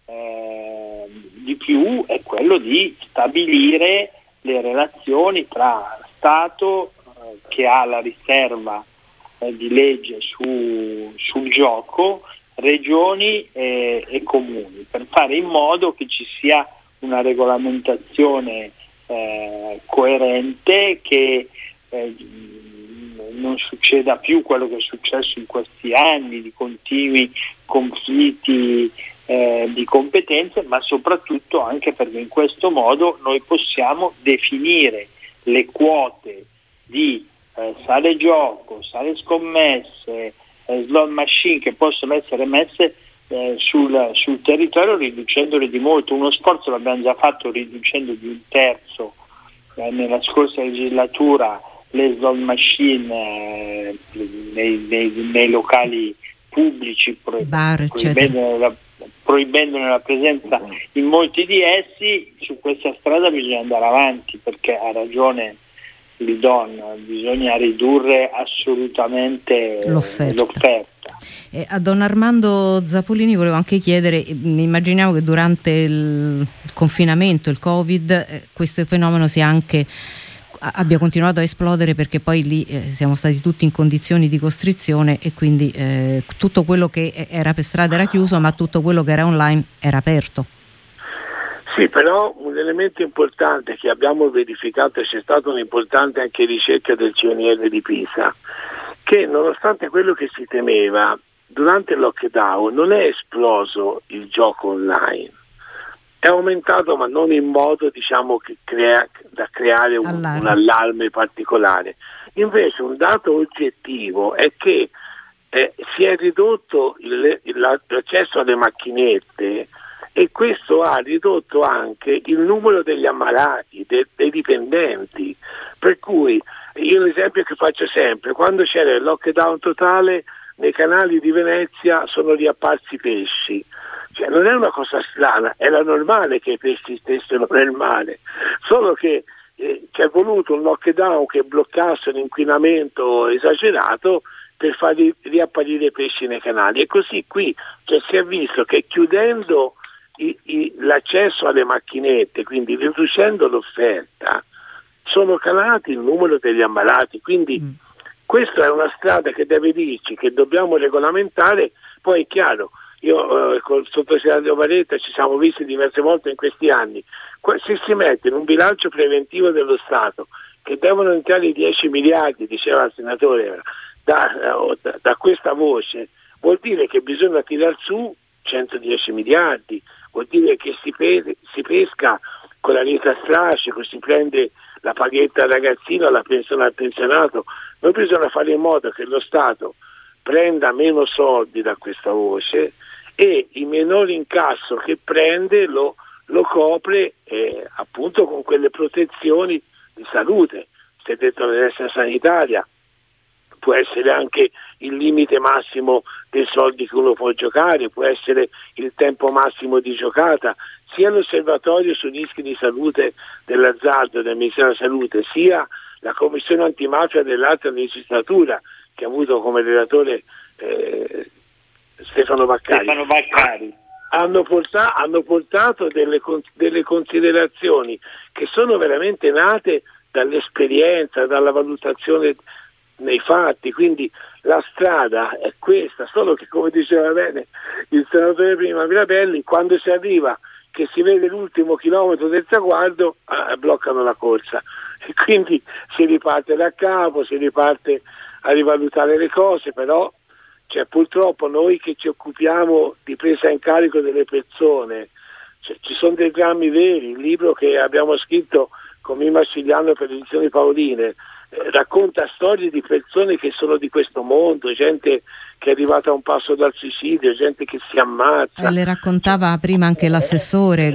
quello di stabilire le relazioni tra Stato, che ha la riserva di legge sul gioco, regioni e comuni, per fare in modo che ci sia una regolamentazione coerente, che non succeda più quello che è successo in questi anni di continui conflitti di competenze, ma soprattutto anche perché in questo modo noi possiamo definire le quote di sale gioco, sale scommesse, slot machine che possono essere messe sul territorio, riducendole di molto. Uno sforzo l'abbiamo già fatto riducendo di 1/3 nella scorsa legislatura le slot machine nei locali pubblici, proibendone la presenza in molti di essi. Su questa strada bisogna andare avanti, perché ha ragione il Don, bisogna ridurre assolutamente l'offerta. A Don Armando Zapolini volevo anche chiedere, immaginiamo che durante il confinamento, il Covid, questo fenomeno abbia continuato a esplodere, perché poi lì siamo stati tutti in condizioni di costrizione, e quindi tutto quello che era per strada era chiuso, ma tutto quello che era online era aperto. Sì, però un elemento importante che abbiamo verificato, e c'è stata un'importante anche ricerca del CNR di Pisa, che nonostante quello che si temeva, durante il lockdown non è esploso il gioco online. È aumentato, ma non in modo, diciamo, che da creare un allarme particolare. Invece un dato oggettivo è che si è ridotto l'accesso alle macchinette, e questo ha ridotto anche il numero degli ammalati, dei dipendenti. Per cui io l'esempio che faccio sempre: quando c'era il lockdown totale, nei canali di Venezia sono riapparsi i pesci. Cioè, non è una cosa strana, era normale che i pesci stessero nel mare, solo che c'è voluto un lockdown che bloccasse l'inquinamento esagerato per far riapparire i pesci nei canali. E così qui si è visto che chiudendo l'accesso alle macchinette, quindi riducendo l'offerta, sono calati il numero degli ammalati. Quindi questa è una strada che deve dirci che dobbiamo regolamentare. Poi è chiaro, io col sottosegretario Varetta ci siamo visti diverse volte in questi anni, se si mette in un bilancio preventivo dello Stato che devono entrare 10 miliardi, diceva il senatore, da questa voce, vuol dire che bisogna tirar su 110 miliardi, vuol dire che si pesca con la rete a strascico, si prende la paghetta al ragazzino, la pensione al pensionato. Noi bisogna fare in modo che lo Stato prenda meno soldi da questa voce e il minore incasso che prende lo copre appunto con quelle protezioni di salute. Si è detto nell'essere sanitaria, può essere anche il limite massimo dei soldi che uno può giocare, può essere il tempo massimo di giocata, sia l'osservatorio sui rischi di salute dell'azzardo del Ministero della Salute, sia la Commissione antimafia dell'altra legislatura, che ha avuto come relatore Stefano Vaccari. Hanno portato delle considerazioni che sono veramente nate dall'esperienza, dalla valutazione nei fatti, quindi la strada è questa, solo che, come diceva bene il senatore prima Mirabelli, quando si arriva che si vede l'ultimo chilometro del traguardo, bloccano la corsa e quindi si riparte da capo, si riparte a rivalutare le cose. Però purtroppo noi che ci occupiamo di presa in carico delle persone, ci sono dei drammi veri. Il libro che abbiamo scritto con Mimmo Marsigliano per le edizioni Paoline racconta storie di persone che sono di questo mondo, gente che è arrivata a un passo dal suicidio, gente che si ammazza. Le raccontava prima anche l'assessore.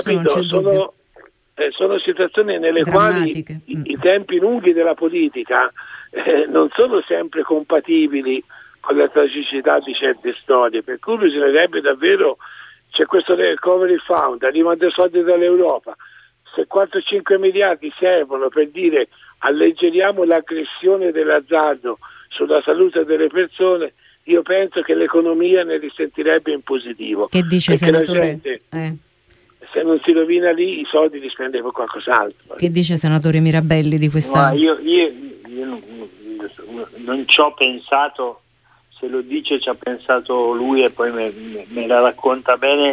Sono situazioni nelle drammatiche, quali i tempi lunghi della politica non sono sempre compatibili con la tragicità di certe storie, per cui bisognerebbe davvero, c'è questo recovery fund, arrivano dei soldi dall'Europa, se 4-5 miliardi servono per dire alleggeriamo l'aggressione dell'azzardo sulla salute delle persone, io penso che l'economia ne risentirebbe in positivo. Che dice, senatore? Gente, se non si rovina lì, i soldi li spende per qualcos'altro. Che dice, senatore Mirabelli, di questa? No, io non ci ho pensato, se lo dice ci ha pensato lui e poi me la racconta bene,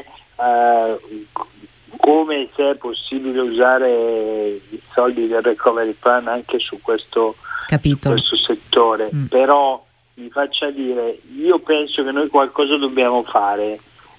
come se è possibile usare i soldi del recovery plan anche su questo capitolo, questo settore. Però mi faccia dire, io penso che noi qualcosa dobbiamo fare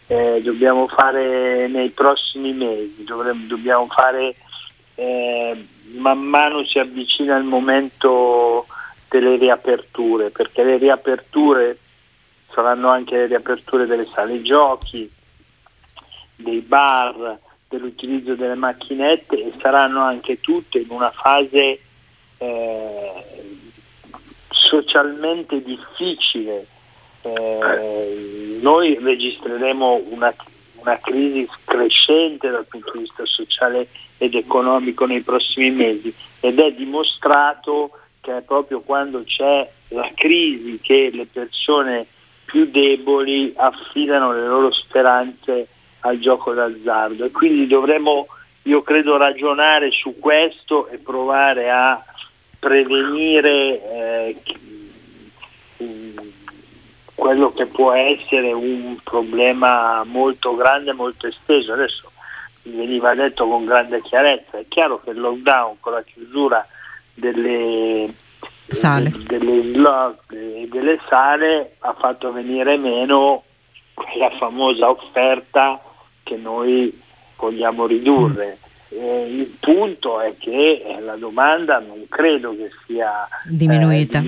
nei prossimi mesi, dobbiamo fare man mano si avvicina il momento delle riaperture, perché le riaperture saranno anche le riaperture delle sale giochi, dei bar, dell'utilizzo delle macchinette, e saranno anche tutte in una fase socialmente difficile. Noi registreremo una crisi crescente dal punto di vista sociale ed economico nei prossimi mesi, ed è dimostrato che è proprio quando c'è la crisi che le persone più deboli affidano le loro speranze al gioco d'azzardo, e quindi dovremo, io credo, ragionare su questo e provare a prevenire quello che può essere un problema molto grande, molto esteso. Adesso veniva detto con grande chiarezza, è chiaro che il lockdown con la chiusura delle sale delle sale ha fatto venire meno quella famosa offerta che noi vogliamo ridurre. Il punto è che la domanda non credo che sia diminuita.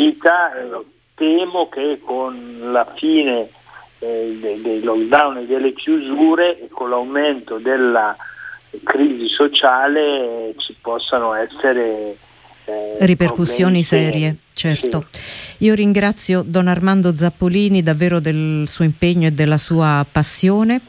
Temo che con la fine dei lockdown e delle chiusure e con l'aumento della crisi sociale ci possano essere ripercussioni serie, certo. Sì. Io ringrazio Don Armando Zappolini davvero del suo impegno e della sua passione.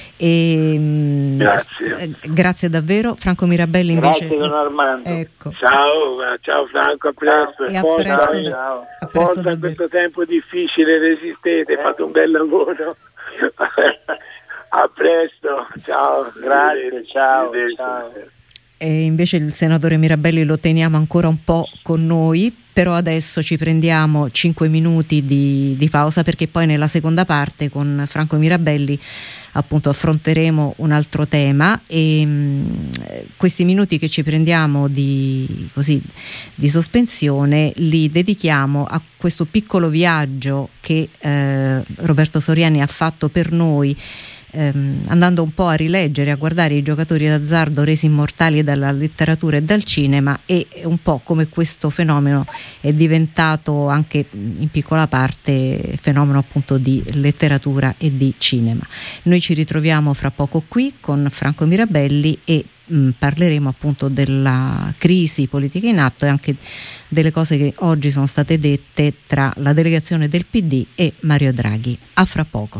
Grazie davvero. Franco Mirabelli invece. Grazie Don Armando. Ecco. Ciao Franco, a presto. E a presto. A presto in questo tempo difficile resistete, fate un bel lavoro. A presto, ciao. Grazie, ciao. e invece il senatore Mirabelli lo teniamo ancora un po' con noi, però adesso ci prendiamo 5 minuti di pausa, perché poi nella seconda parte con Franco Mirabelli appunto affronteremo un altro tema, e questi minuti che ci prendiamo di sospensione li dedichiamo a questo piccolo viaggio che Roberto Soriani ha fatto per noi, andando un po' a rileggere, a guardare i giocatori d'azzardo resi immortali dalla letteratura e dal cinema, e un po' come questo fenomeno è diventato anche in piccola parte fenomeno appunto di letteratura e di cinema. Noi ci ritroviamo fra poco qui con Franco Mirabelli e parleremo appunto della crisi politica in atto e anche delle cose che oggi sono state dette tra la delegazione del PD e Mario Draghi. A fra poco.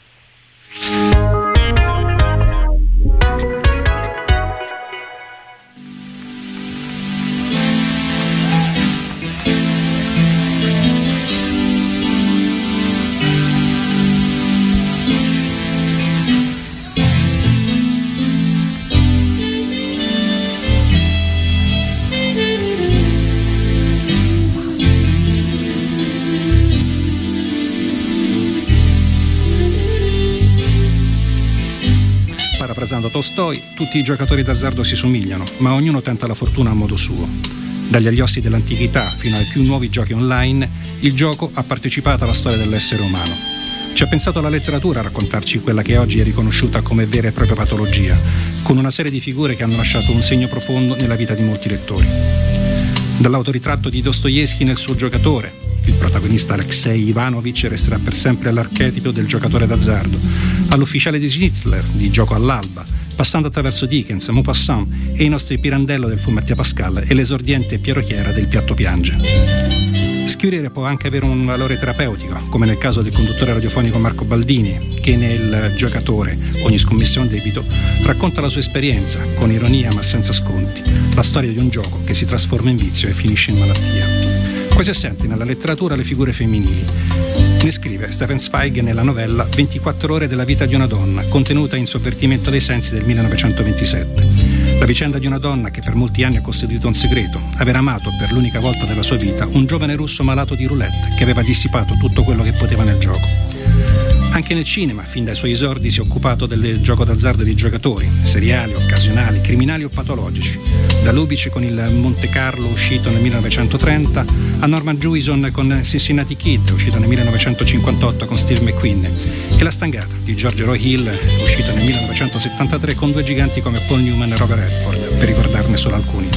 Parafrasando Tolstoi, tutti i giocatori d'azzardo si somigliano, ma ognuno tenta la fortuna a modo suo. Dagli agliossi dell'antichità fino ai più nuovi giochi online, il gioco ha partecipato alla storia dell'essere umano. Ci ha pensato la letteratura a raccontarci quella che oggi è riconosciuta come vera e propria patologia, con una serie di figure che hanno lasciato un segno profondo nella vita di molti lettori. Dall'autoritratto di Dostoevskij nel suo giocatore, il protagonista Alexei Ivanovich resterà per sempre all'archetipo del giocatore d'azzardo, all'ufficiale di Schnitzler di Gioco all'alba, passando attraverso Dickens, Maupassant e i nostri Pirandello del Fumetti Pascal e l'esordiente Piero Chiera del Piatto Piange. Scrivere può anche avere un valore terapeutico, come nel caso del conduttore radiofonico Marco Baldini, che nel Giocatore, ogni scommessa è un debito, racconta la sua esperienza, con ironia ma senza sconti, la storia di un gioco che si trasforma in vizio e finisce in malattia. Quasi assenti nella letteratura le figure femminili. Ne scrive Stefan Zweig nella novella 24 ore della vita di una donna, contenuta in Sovvertimento dei sensi del 1927. La vicenda di una donna che per molti anni ha costituito un segreto, aver amato per l'unica volta della sua vita un giovane russo malato di roulette che aveva dissipato tutto quello che poteva nel gioco. Anche nel cinema, fin dai suoi esordi, si è occupato del gioco d'azzardo dei giocatori, seriali, occasionali, criminali o patologici. Da Lubitsch con il Monte Carlo, uscito nel 1930, a Norman Jewison con Cincinnati Kid, uscito nel 1958 con Steve McQueen, e La Stangata di George Roy Hill, uscito nel 1973 con due giganti come Paul Newman e Robert Redford, per ricordarne solo alcuni.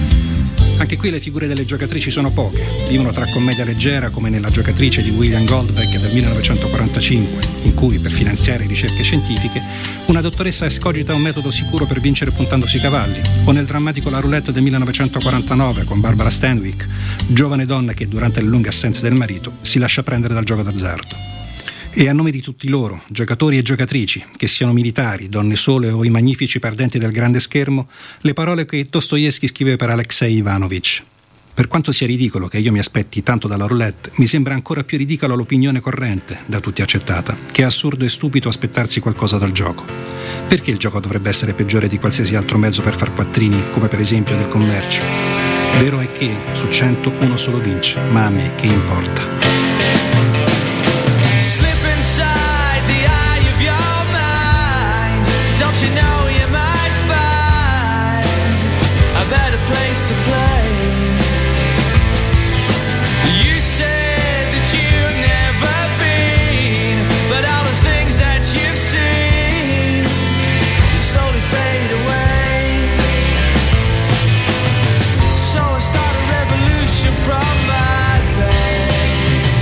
Anche qui le figure delle giocatrici sono poche, vivono tra commedia leggera come nella Giocatrice di William Goldbeck del 1945, in cui per finanziare ricerche scientifiche una dottoressa escogita un metodo sicuro per vincere puntandosi i cavalli, o nel drammatico La Roulette del 1949 con Barbara Stanwyck, giovane donna che durante le lunghe assenze del marito si lascia prendere dal gioco d'azzardo. E a nome di tutti loro, giocatori e giocatrici, che siano militari, donne sole o i magnifici perdenti del grande schermo, le parole che Dostoevskij scrive per Alexei Ivanovich. Per quanto sia ridicolo che io mi aspetti tanto dalla roulette, mi sembra ancora più ridicola l'opinione corrente, da tutti accettata, che è assurdo e stupido aspettarsi qualcosa dal gioco. Perché il gioco dovrebbe essere peggiore di qualsiasi altro mezzo per far quattrini, come per esempio del commercio? Vero è che su 100 uno solo vince, ma a me che importa? You know you might find a better place to play. You said that you've never been, but all the things that you've seen slowly fade away. So I start a revolution from my bed.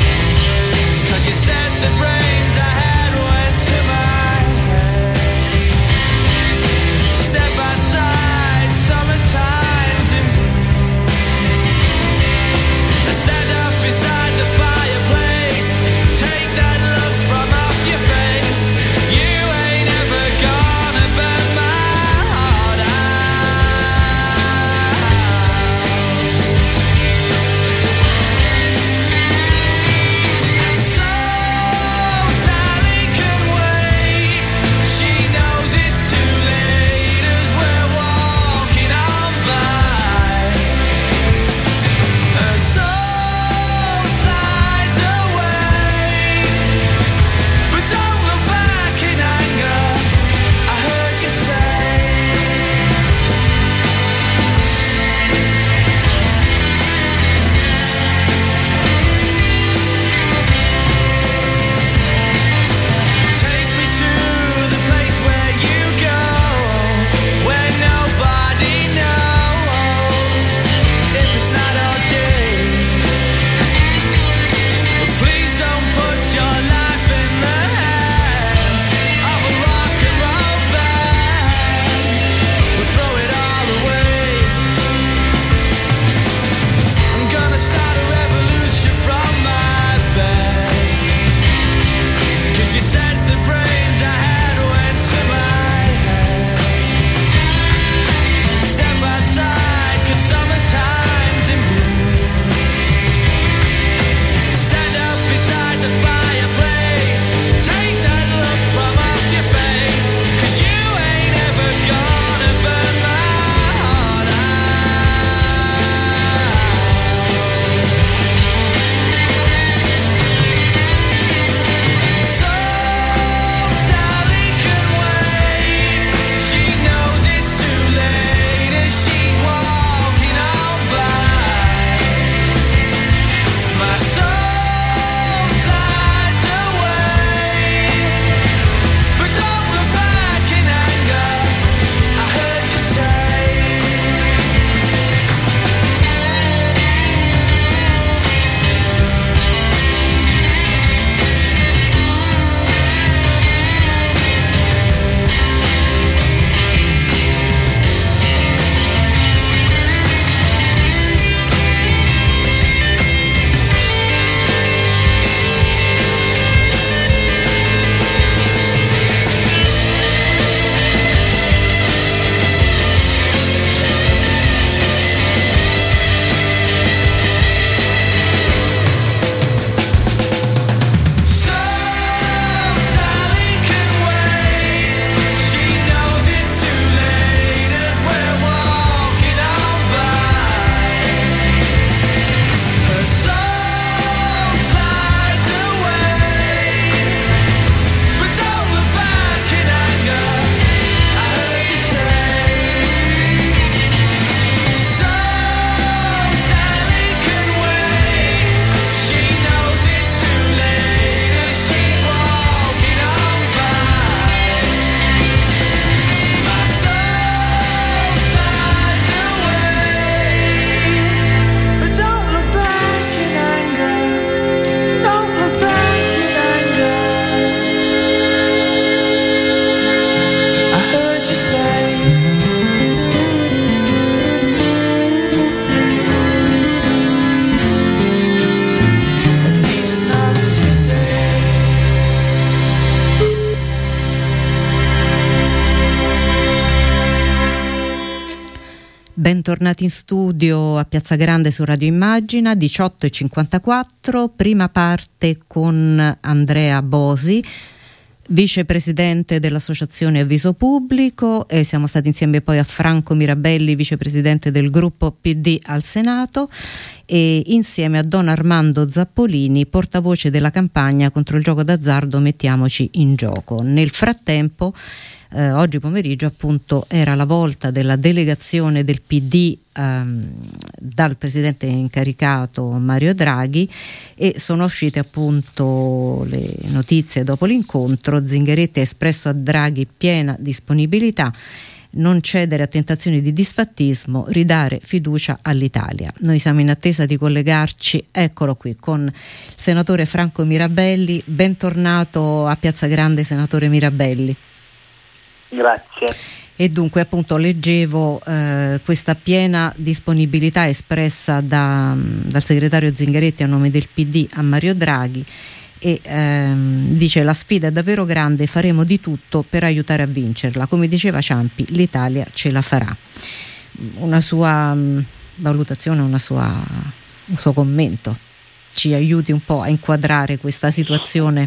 Bentornati in studio a Piazza Grande su Radio Immagina, 18:54, prima parte con Andrea Bosi, vicepresidente dell'Associazione Avviso Pubblico, e siamo stati insieme poi a Franco Mirabelli, vicepresidente del gruppo PD al Senato, e insieme a Don Armando Zappolini, portavoce della campagna contro il gioco d'azzardo Mettiamoci in Gioco. Nel frattempo oggi pomeriggio appunto era la volta della delegazione del PD dal presidente incaricato Mario Draghi, e sono uscite appunto le notizie dopo l'incontro. Zingaretti ha espresso a Draghi piena disponibilità, non cedere a tentazioni di disfattismo, ridare fiducia all'Italia. Noi siamo in attesa di collegarci, eccolo qui, con il senatore Franco Mirabelli. Bentornato a Piazza Grande, senatore Mirabelli. Grazie. E dunque appunto leggevo questa piena disponibilità espressa dal segretario Zingaretti a nome del PD a Mario Draghi, e dice: la sfida è davvero grande, faremo di tutto per aiutare a vincerla, come diceva Ciampi, l'Italia ce la farà. Una sua valutazione, un suo commento ci aiuti un po' a inquadrare questa situazione?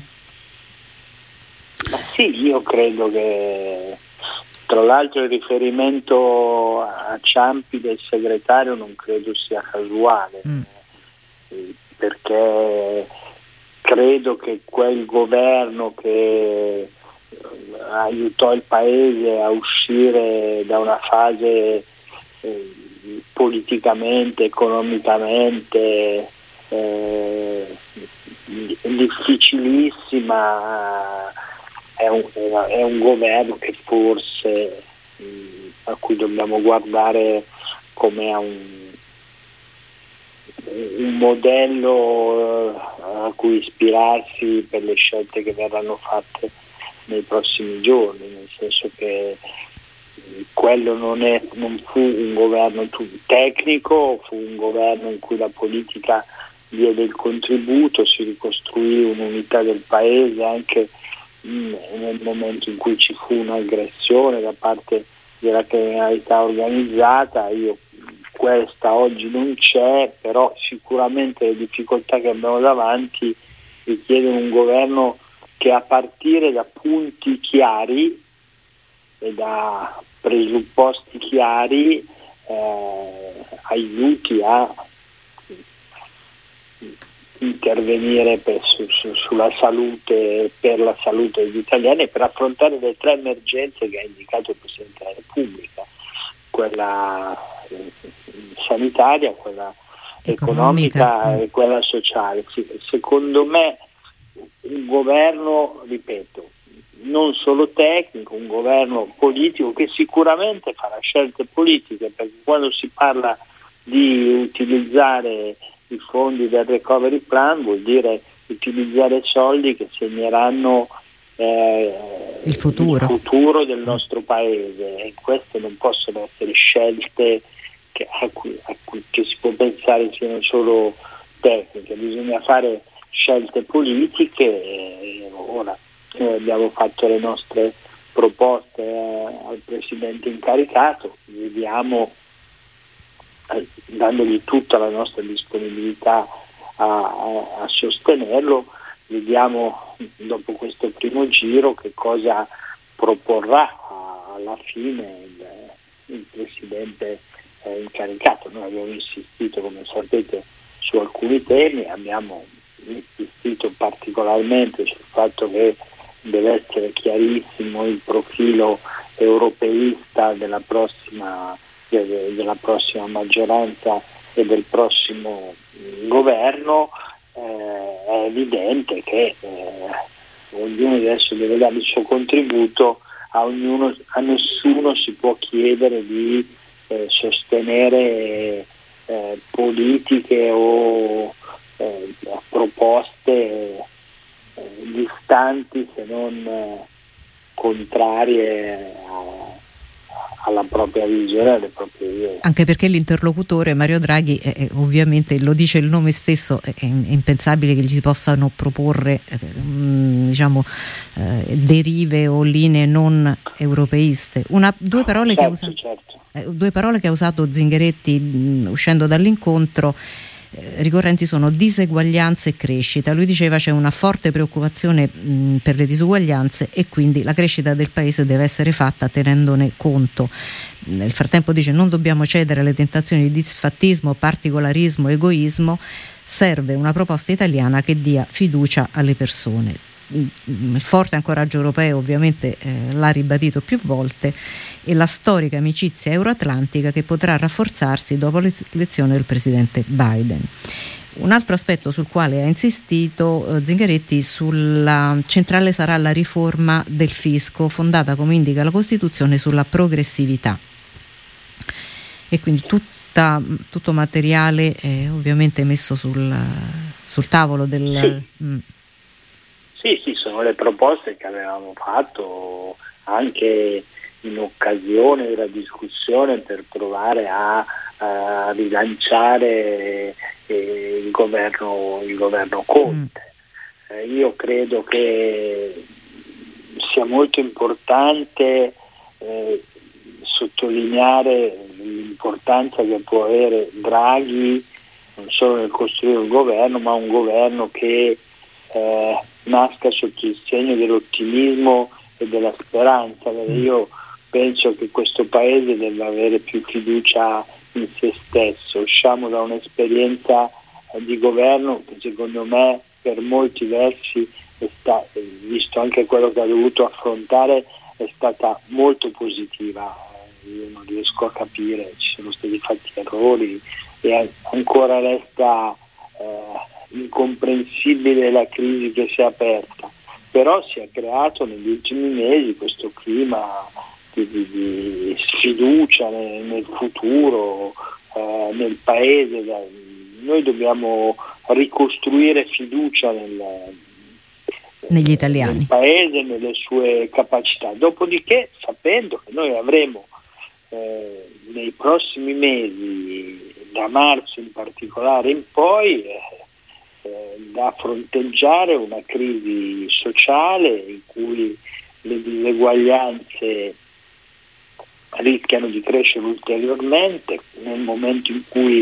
Ma sì, io credo che, tra l'altro, il riferimento a Ciampi del segretario non credo sia casuale, perché credo che quel governo che aiutò il paese a uscire da una fase politicamente, economicamente difficilissima, è un governo che forse a cui dobbiamo guardare come a un modello a cui ispirarsi per le scelte che verranno fatte nei prossimi giorni, nel senso che quello non fu un governo tecnico, fu un governo in cui la politica diede il contributo, si ricostruì un'unità del paese anche nel momento in cui ci fu un'aggressione da parte della criminalità organizzata. Questa oggi non c'è, però sicuramente le difficoltà che abbiamo davanti richiedono un governo che, a partire da punti chiari e da presupposti chiari, aiuti a intervenire sulla salute, per la salute degli italiani, e per affrontare le tre emergenze che ha indicato il Presidente della Repubblica: quella sanitaria, quella economica e quella sociale. Secondo me un governo, ripeto, non solo tecnico, un governo politico che sicuramente farà scelte politiche, perché quando si parla di utilizzare i fondi del recovery plan vuol dire utilizzare soldi che segneranno il futuro del nostro paese, e queste non possono essere scelte a cui si può pensare siano solo tecniche. Bisogna fare scelte politiche, e ora noi abbiamo fatto le nostre proposte al Presidente incaricato, vediamo, dandogli tutta la nostra disponibilità a sostenerlo, vediamo dopo questo primo giro che cosa proporrà alla fine il Presidente incaricato. Noi abbiamo insistito, come sapete, su alcuni temi, abbiamo insistito particolarmente sul fatto che deve essere chiarissimo il profilo europeista della prossima maggioranza e del prossimo governo. È evidente che ognuno adesso deve dare il suo contributo, a nessuno si può chiedere di sostenere politiche o proposte distanti, se non contrarie alla propria visione, alle proprie idee. Anche perché l'interlocutore Mario Draghi ovviamente, lo dice il nome stesso, è impensabile che gli si possano proporre derive o linee non europeiste. Due parole che usa. Certo. Due parole che ha usato Zingaretti uscendo dall'incontro ricorrenti sono diseguaglianza e crescita. Lui diceva c'è una forte preoccupazione per le disuguaglianze e quindi la crescita del paese deve essere fatta tenendone conto. Nel frattempo dice non dobbiamo cedere alle tentazioni di disfattismo, particolarismo, egoismo, serve una proposta italiana che dia fiducia alle persone. Il forte ancoraggio europeo ovviamente l'ha ribadito più volte, e la storica amicizia euroatlantica che potrà rafforzarsi dopo l'elezione del presidente Biden. Un altro aspetto sul quale ha insistito Zingaretti, sulla centrale sarà la riforma del fisco fondata, come indica la Costituzione, sulla progressività, e quindi tutto materiale ovviamente messo sul tavolo del... Sì, sono le proposte che avevamo fatto anche in occasione della discussione per provare a rilanciare il governo Conte. Io credo che sia molto importante sottolineare l'importanza che può avere Draghi non solo nel costruire un governo, ma un governo che nasca sotto il segno dell'ottimismo e della speranza. Io penso che questo paese debba avere più fiducia in se stesso. Usciamo da un'esperienza di governo che secondo me per molti versi visto anche quello che ha dovuto affrontare, è stata molto positiva. Io non riesco a capire, ci sono stati fatti errori e ancora resta incomprensibile la crisi che si è aperta, però si è creato negli ultimi mesi questo clima di sfiducia nel futuro, nel paese. Noi dobbiamo ricostruire fiducia negli italiani, nel paese, nelle sue capacità, dopodiché sapendo che noi avremo nei prossimi mesi, da marzo in particolare in poi, da fronteggiare una crisi sociale in cui le diseguaglianze rischiano di crescere ulteriormente, nel momento in cui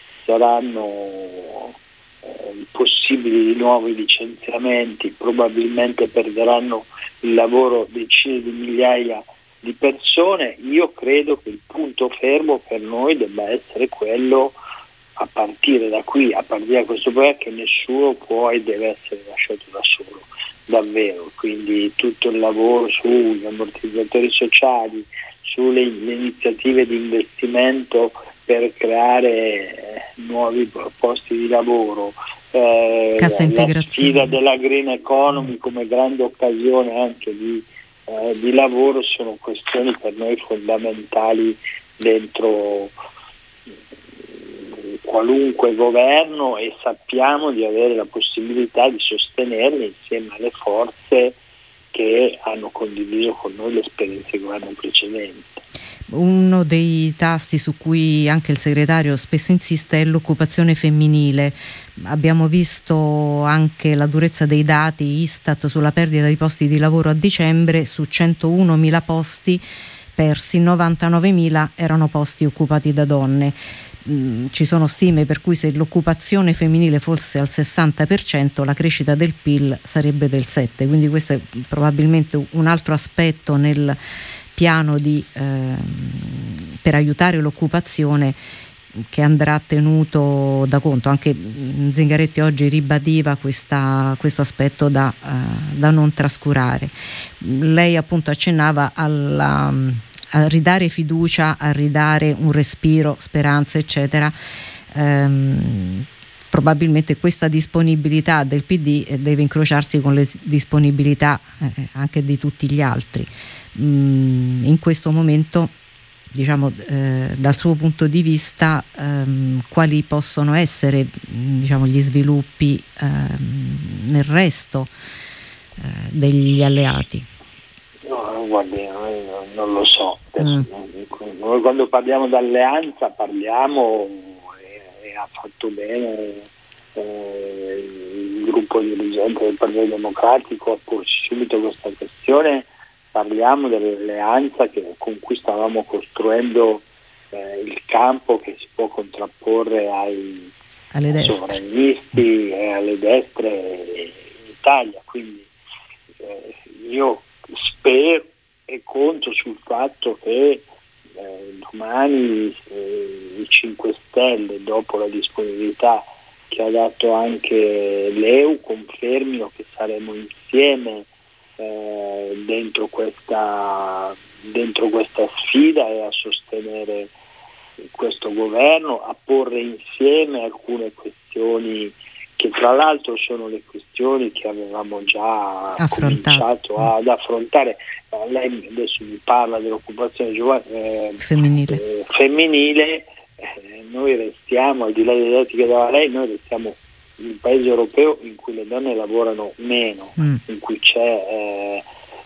saranno possibili di nuovi licenziamenti, probabilmente perderanno il lavoro decine di migliaia di persone. Io credo che il punto fermo per noi debba essere quello, a partire da qui, a partire da questo momento, che nessuno può e deve essere lasciato da solo, davvero. Quindi tutto il lavoro sugli ammortizzatori sociali, sulle iniziative di investimento per creare nuovi posti di lavoro, cassa integrazione, la sfida della green economy come grande occasione anche di lavoro, sono questioni per noi fondamentali dentro qualunque governo, e sappiamo di avere la possibilità di sostenerle insieme alle forze che hanno condiviso con noi l'esperienza di governo precedente. Uno dei tasti su cui anche il segretario spesso insiste è l'occupazione femminile. Abbiamo visto anche la durezza dei dati Istat sulla perdita di posti di lavoro a dicembre. Su 101.000 posti persi, 99.000 erano posti occupati da donne. Ci sono stime per cui se l'occupazione femminile fosse al 60%, la crescita del PIL sarebbe del 7%, quindi questo è probabilmente un altro aspetto nel piano per aiutare l'occupazione che andrà tenuto da conto. Anche Zingaretti oggi ribadiva questo aspetto da non trascurare. Lei appunto accennava a ridare fiducia, a ridare un respiro, speranza, eccetera. Probabilmente questa disponibilità del PD deve incrociarsi con le disponibilità anche di tutti gli altri. In questo momento, diciamo, dal suo punto di vista, quali possono essere, diciamo, gli sviluppi nel resto degli alleati? No, guardi, non lo so. Noi quando parliamo d'alleanza parliamo, e ha fatto bene il gruppo dirigente del Partito Democratico a porci subito questa questione. Parliamo dell'alleanza con cui stavamo costruendo il campo che si può contrapporre alle destre, sovranisti e alle destre in Italia. Quindi io spero e conto sul fatto che domani i 5 Stelle, dopo la disponibilità che ha dato anche l'EU, confermino che saremo insieme dentro questa sfida e a sostenere questo governo, a porre insieme alcune questioni che tra l'altro sono le questioni che avevamo già cominciato ad affrontare. Lei adesso mi parla dell'occupazione femminile. Noi restiamo, al di là dei dati che dava lei, noi restiamo un paese europeo in cui le donne lavorano meno, in cui c'è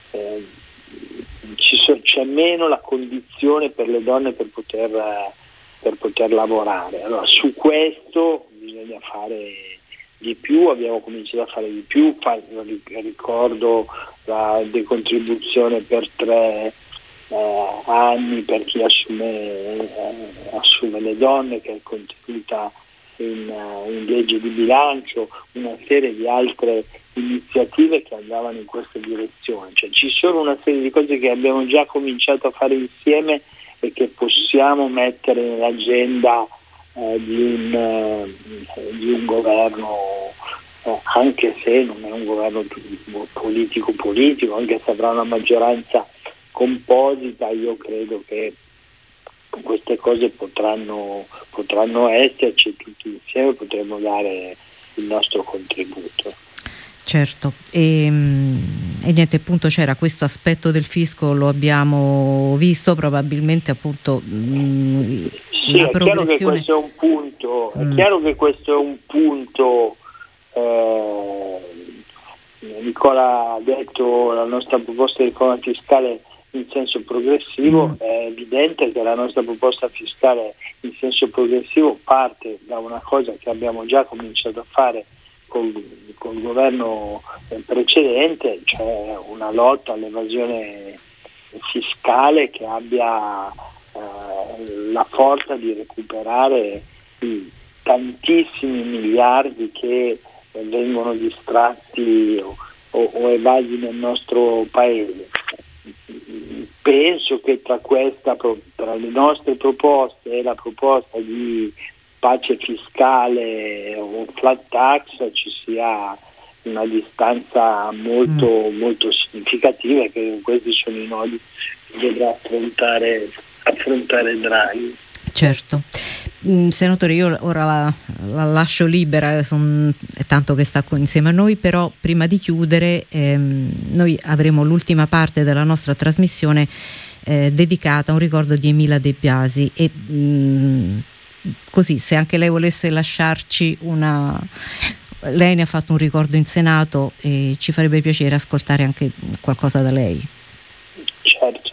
meno la condizione per le donne per poter lavorare. Allora, su questo bisogna fare di più, abbiamo cominciato a fare di più. Ricordo la decontribuzione per 3 anni per chi assume le donne, che è contenuta in legge di bilancio, una serie di altre iniziative che andavano in questa direzione. Cioè, ci sono una serie di cose che abbiamo già cominciato a fare insieme e che possiamo mettere nell'agenda di un governo, anche se non è un governo politico, anche se avrà una maggioranza composita. Io credo che queste cose potranno esserci, tutti insieme potremo dare il nostro contributo. Certo, e niente, appunto c'era questo aspetto del fisco, lo abbiamo visto, probabilmente appunto la progressione. È chiaro che questo è un punto, Nicola ha detto la nostra proposta di riforma fiscale in senso progressivo. È evidente che la nostra proposta fiscale in senso progressivo parte da una cosa che abbiamo già cominciato a fare col governo precedente, cioè una lotta all'evasione fiscale che abbia la forza di recuperare i tantissimi miliardi che vengono distratti o evasi nel nostro paese. Penso che tra le nostre proposte e la proposta di pace fiscale o flat tax ci sia una distanza molto significativa, e che questi sono i nodi che dovrà affrontare Draghi. Certo. Senatore, io ora la lascio libera, è tanto che sta insieme a noi, però prima di chiudere noi avremo l'ultima parte della nostra trasmissione dedicata a un ricordo di Emila De Biasi, e così, se anche lei volesse lasciarci lei ne ha fatto un ricordo in Senato e ci farebbe piacere ascoltare anche qualcosa da lei. Certo,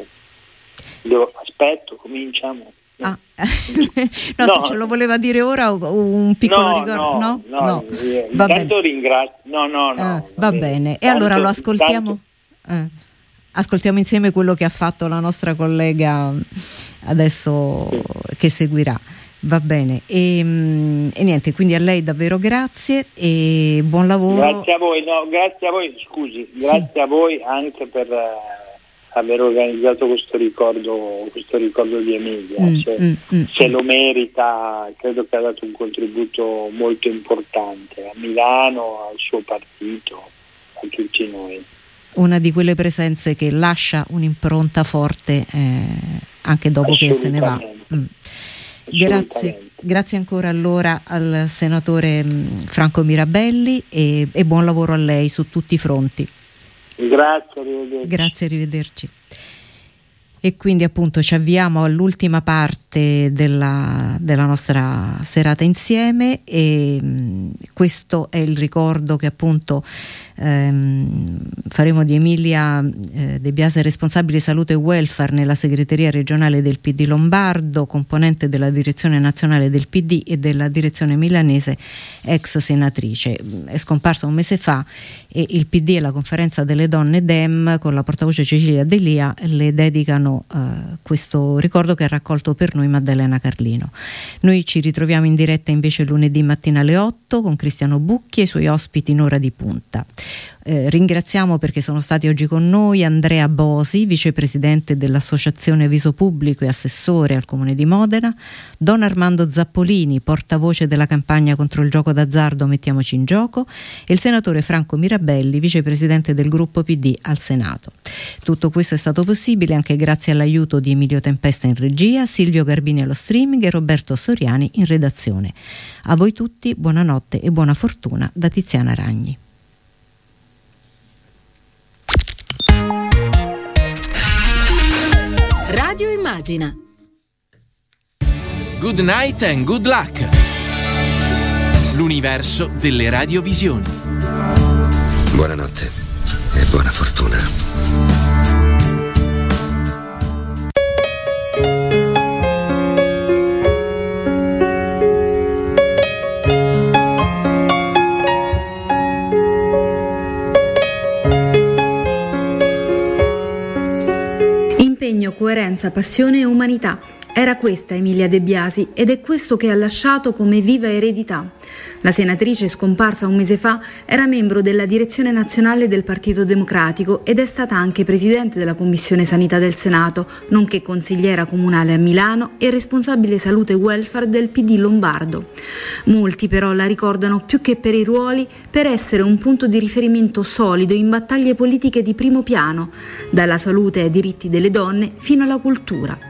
cominciamo. No, se ce lo voleva dire ora un piccolo ricordo. No. Va bene. Ringrazio. Va bene. E allora lo ascoltiamo. Ascoltiamo insieme quello che ha fatto la nostra collega adesso, che seguirà. Va bene. E niente, quindi a lei davvero grazie e buon lavoro. Grazie a voi, grazie a voi anche per aver organizzato questo ricordo di Emilia. Se lo merita, credo che ha dato un contributo molto importante a Milano, al suo partito, a tutti noi. Una di quelle presenze che lascia un'impronta forte anche dopo che se ne va. Grazie ancora allora al senatore Franco Mirabelli e buon lavoro a lei su tutti i fronti. Grazie, arrivederci. E quindi appunto ci avviamo all'ultima parte della nostra serata insieme, e questo è il ricordo che appunto Faremo di Emilia De Biasi responsabile salute e welfare nella segreteria regionale del PD Lombardo, componente della direzione nazionale del PD e della direzione milanese, ex senatrice. È scomparsa un mese fa e il PD e la conferenza delle donne Dem con la portavoce Cecilia Delia le dedicano questo ricordo che ha raccolto per noi Maddalena Carlino. Noi ci ritroviamo in diretta invece lunedì mattina alle 8 con Cristiano Bucchi e i suoi ospiti in ora di punta. Ringraziamo perché sono stati oggi con noi Andrea Bosi, vicepresidente dell'Associazione Viso Pubblico e assessore al Comune di Modena, Don Armando Zappolini, portavoce della campagna contro il gioco d'azzardo Mettiamoci in Gioco, e il senatore Franco Mirabelli, vicepresidente del gruppo PD al Senato. Tutto questo è stato possibile anche grazie all'aiuto di Emilio Tempesta in regia, Silvio Garbini allo streaming e Roberto Soriani in redazione. A voi tutti buonanotte e buona fortuna da Tiziana Ragni. Radio Immagina. Good night and good luck. L'universo delle radiovisioni. Buonanotte e buona fortuna. Impegno, coerenza, passione e umanità. Era questa Emilia De Biasi ed è questo che ha lasciato come viva eredità. La senatrice, scomparsa un mese fa, era membro della direzione nazionale del Partito Democratico ed è stata anche presidente della Commissione Sanità del Senato, nonché consigliera comunale a Milano e responsabile salute e welfare del PD Lombardo. Molti però la ricordano più che per i ruoli, per essere un punto di riferimento solido in battaglie politiche di primo piano, dalla salute ai diritti delle donne fino alla cultura.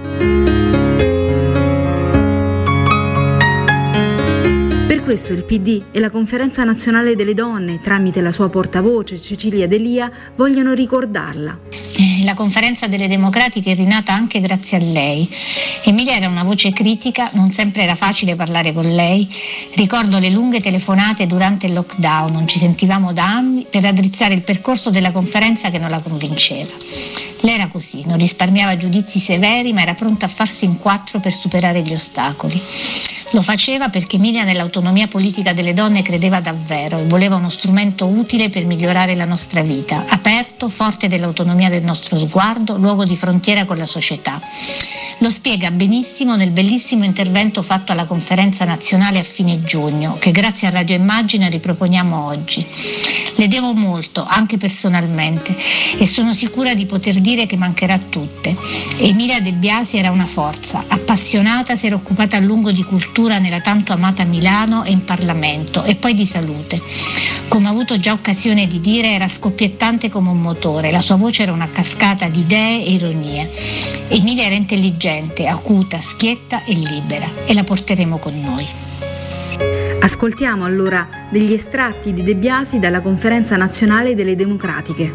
Per questo il PD e la Conferenza Nazionale delle Donne, tramite la sua portavoce Cecilia Delia, vogliono ricordarla. La Conferenza delle Democratiche è rinata anche grazie a lei. Emilia era una voce critica, non sempre era facile parlare con lei. Ricordo le lunghe telefonate durante il lockdown, non ci sentivamo da anni, per raddrizzare il percorso della conferenza che non la convinceva. Lei era così, non risparmiava giudizi severi, ma era pronta a farsi in quattro per superare gli ostacoli. Lo faceva perché Emilia nell'autonomia politica delle donne credeva davvero e voleva uno strumento utile per migliorare la nostra vita, aperto, forte dell'autonomia del nostro sguardo, luogo di frontiera con la società. Lo spiega benissimo nel bellissimo intervento fatto alla conferenza nazionale a fine giugno, che grazie a Radio Immagina riproponiamo oggi. Le devo molto, anche personalmente, e sono sicura di poter dire che mancherà a tutte. Emilia De Biasi era una forza, appassionata, si era occupata a lungo di cultura nella tanto amata Milano e in Parlamento, e poi di salute. Come ho avuto già occasione di dire, era scoppiettante come un motore, la sua voce era una cascata di idee e ironie. Emilia era intelligente, acuta, schietta e libera, e la porteremo con noi. Ascoltiamo allora degli estratti di De Biasi dalla Conferenza Nazionale delle Democratiche.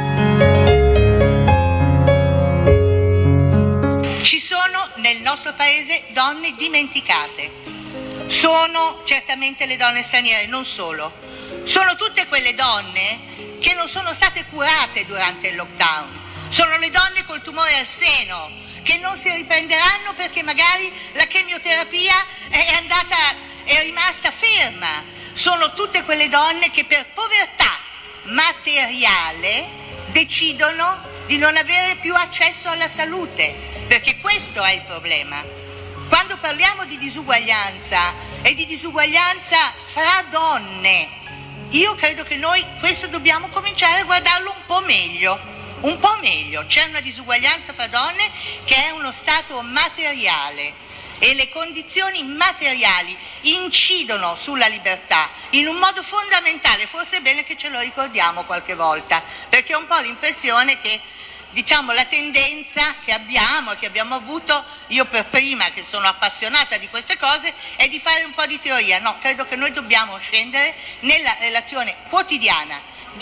Ci sono nel nostro paese donne dimenticate. Sono certamente le donne straniere, non solo. Sono tutte quelle donne che non sono state curate durante il lockdown. Sono le donne col tumore al seno che non si riprenderanno perché magari la chemioterapia è rimasta ferma. Sono tutte quelle donne che per povertà materiale decidono di non avere più accesso alla salute, perché questo è il problema. Quando parliamo di disuguaglianza e di disuguaglianza fra donne, io credo che noi questo dobbiamo cominciare a guardarlo un po' meglio. C'è una disuguaglianza fra donne che è uno stato materiale e le condizioni materiali incidono sulla libertà in un modo fondamentale. Forse è bene che ce lo ricordiamo qualche volta, perché ho un po' l'impressione che la tendenza che abbiamo avuto, io per prima che sono appassionata di queste cose, è di fare un po' di teoria. No, credo che noi dobbiamo scendere nella relazione quotidiana,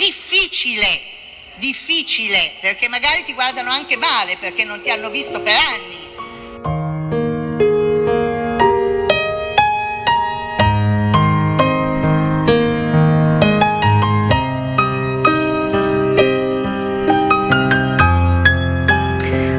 difficile, perché magari ti guardano anche male, perché non ti hanno visto per anni.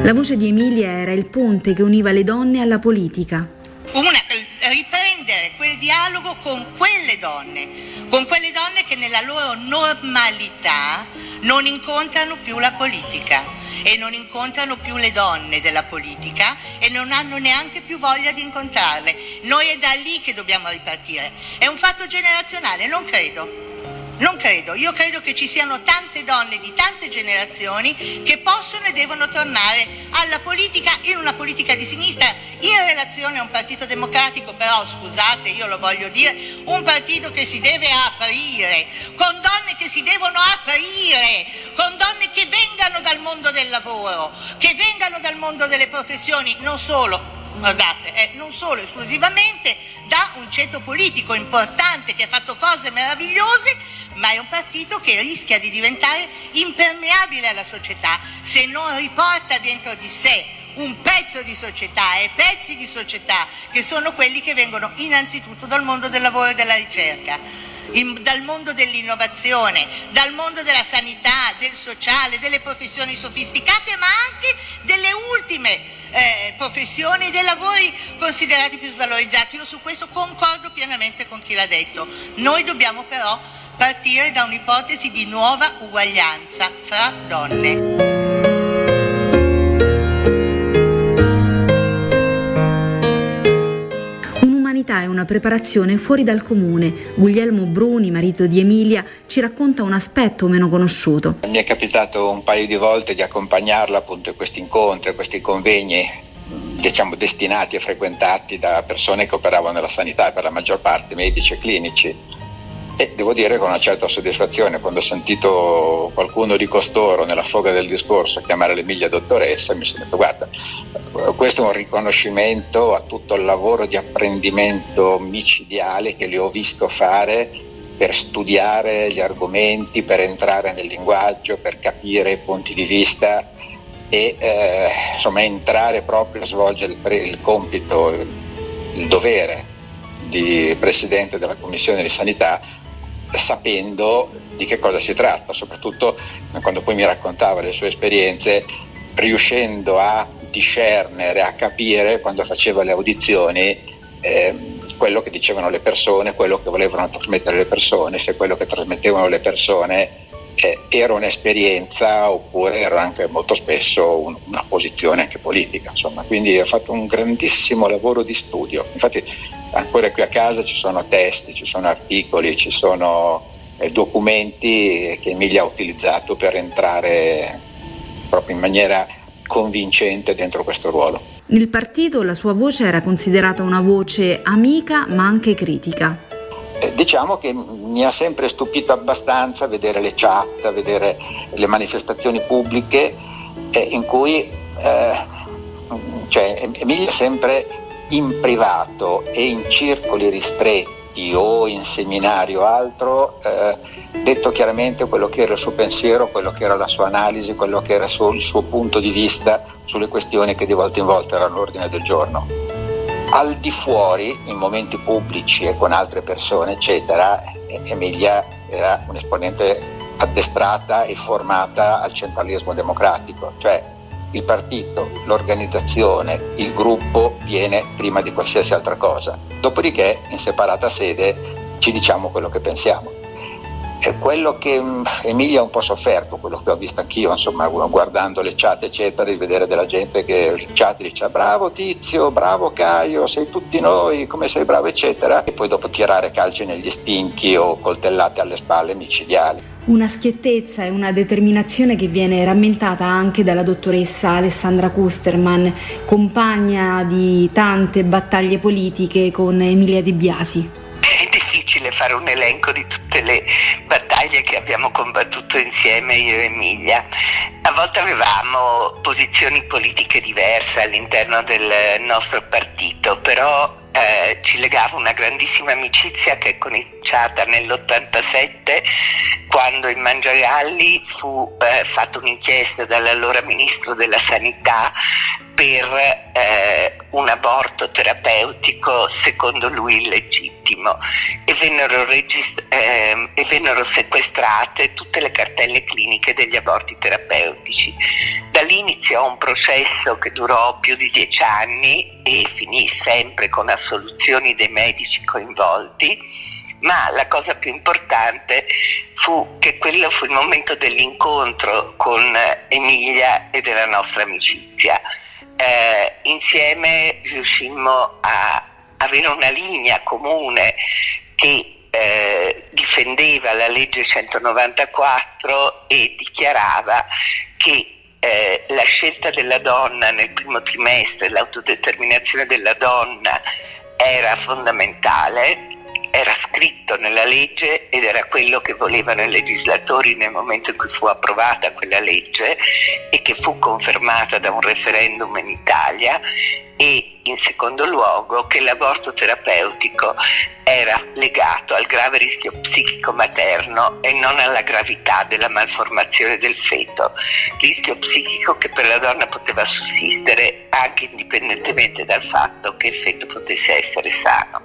La voce di Emilia era il ponte che univa le donne alla politica. Riprendere quel dialogo con quelle donne che nella loro normalità non incontrano più la politica e non incontrano più le donne della politica e non hanno neanche più voglia di incontrarle. Noi è da lì che dobbiamo ripartire. È un fatto generazionale? Non credo. Io credo che ci siano tante donne di tante generazioni che possono e devono tornare alla politica, in una politica di sinistra, in relazione a un partito democratico, però scusate, io lo voglio dire, un partito che si deve aprire, con donne che si devono aprire, con donne che vengano dal mondo del lavoro, che vengano dal mondo delle professioni, non solo esclusivamente da un ceto politico importante che ha fatto cose meravigliose, ma è un partito che rischia di diventare impermeabile alla società se non riporta dentro di sé un pezzo di società e pezzi di società che sono quelli che vengono innanzitutto dal mondo del lavoro e della ricerca, dal mondo dell'innovazione, dal mondo della sanità, del sociale, delle professioni sofisticate, ma anche delle ultime professioni e dei lavori considerati più svalorizzati. Io su questo concordo pienamente con chi l'ha detto. Noi dobbiamo però partire da un'ipotesi di nuova uguaglianza fra donne. Un'umanità e una preparazione fuori dal comune. Guglielmo Bruni, marito di Emilia, ci racconta un aspetto meno conosciuto. Mi è capitato un paio di volte di accompagnarla appunto in questi incontri, questi convegni, diciamo destinati e frequentati da persone che operavano nella sanità, per la maggior parte medici e clinici. E devo dire con una certa soddisfazione, quando ho sentito qualcuno di costoro nella foga del discorso chiamare l'Emilia dottoressa, mi sono detto guarda, questo è un riconoscimento a tutto il lavoro di apprendimento micidiale che le ho visto fare per studiare gli argomenti, per entrare nel linguaggio, per capire i punti di vista e insomma entrare proprio a svolgere il compito, il dovere di Presidente della Commissione di Sanità, sapendo di che cosa si tratta, soprattutto quando poi mi raccontava le sue esperienze, riuscendo a discernere, a capire quando faceva le audizioni quello che dicevano le persone, quello che volevano trasmettere le persone, se quello che trasmettevano le persone era un'esperienza oppure era anche molto spesso una posizione anche politica, insomma. Quindi ha fatto un grandissimo lavoro di studio. Infatti ancora qui a casa ci sono testi, ci sono articoli, ci sono documenti che Emilia ha utilizzato per entrare proprio in maniera convincente dentro questo ruolo. Nel partito la sua voce era considerata una voce amica ma anche critica. Diciamo che mi ha sempre stupito abbastanza vedere le chat, vedere le manifestazioni pubbliche in cui Emilia sempre in privato e in circoli ristretti o in seminari o altro detto chiaramente quello che era il suo pensiero, quello che era la sua analisi, quello che era il suo punto di vista sulle questioni che di volta in volta erano all'ordine del giorno. Al di fuori, in momenti pubblici e con altre persone, eccetera, Emilia era un'esponente addestrata e formata al centralismo democratico, cioè il partito, l'organizzazione, il gruppo viene prima di qualsiasi altra cosa. Dopodiché, in separata sede, ci diciamo quello che pensiamo. È quello che Emilia ha un po' sofferto, quello che ho visto anch'io, insomma, guardando le chat eccetera, di vedere della gente che in chat dice bravo Tizio, bravo Caio, sei tutti noi, come sei bravo eccetera, e poi dopo tirare calci negli stinchi o coltellate alle spalle micidiali. Una schiettezza e una determinazione che viene rammentata anche dalla dottoressa Alessandra Kusterman, compagna di tante battaglie politiche con Emilia De Biasi. È difficile fare un elenco di tutte le battaglie che abbiamo combattuto insieme io e Emilia. A volte avevamo posizioni politiche diverse all'interno del nostro partito, però ci legava una grandissima amicizia che è cominciata nell'87 quando in Mangiagalli fu fatta un'inchiesta dall'allora ministro della Sanità per un aborto terapeutico secondo lui illegittimo. legittimo e vennero sequestrate tutte le cartelle cliniche degli aborti terapeutici. Da lì iniziò un processo che durò più di 10 anni e finì sempre con assoluzioni dei medici coinvolti, ma la cosa più importante fu che quello fu il momento dell'incontro con Emilia e della nostra amicizia. Insieme riuscimmo a avere una linea comune che difendeva la legge 194 e dichiarava che la scelta della donna nel primo trimestre, l'autodeterminazione della donna era fondamentale, era scritto nella legge ed era quello che volevano i legislatori nel momento in cui fu approvata quella legge e che fu confermata da un referendum in Italia, e in secondo luogo che l'aborto terapeutico era legato al grave rischio psichico materno e non alla gravità della malformazione del feto, rischio psichico che per la donna poteva sussistere anche indipendentemente dal fatto che il feto potesse essere sano.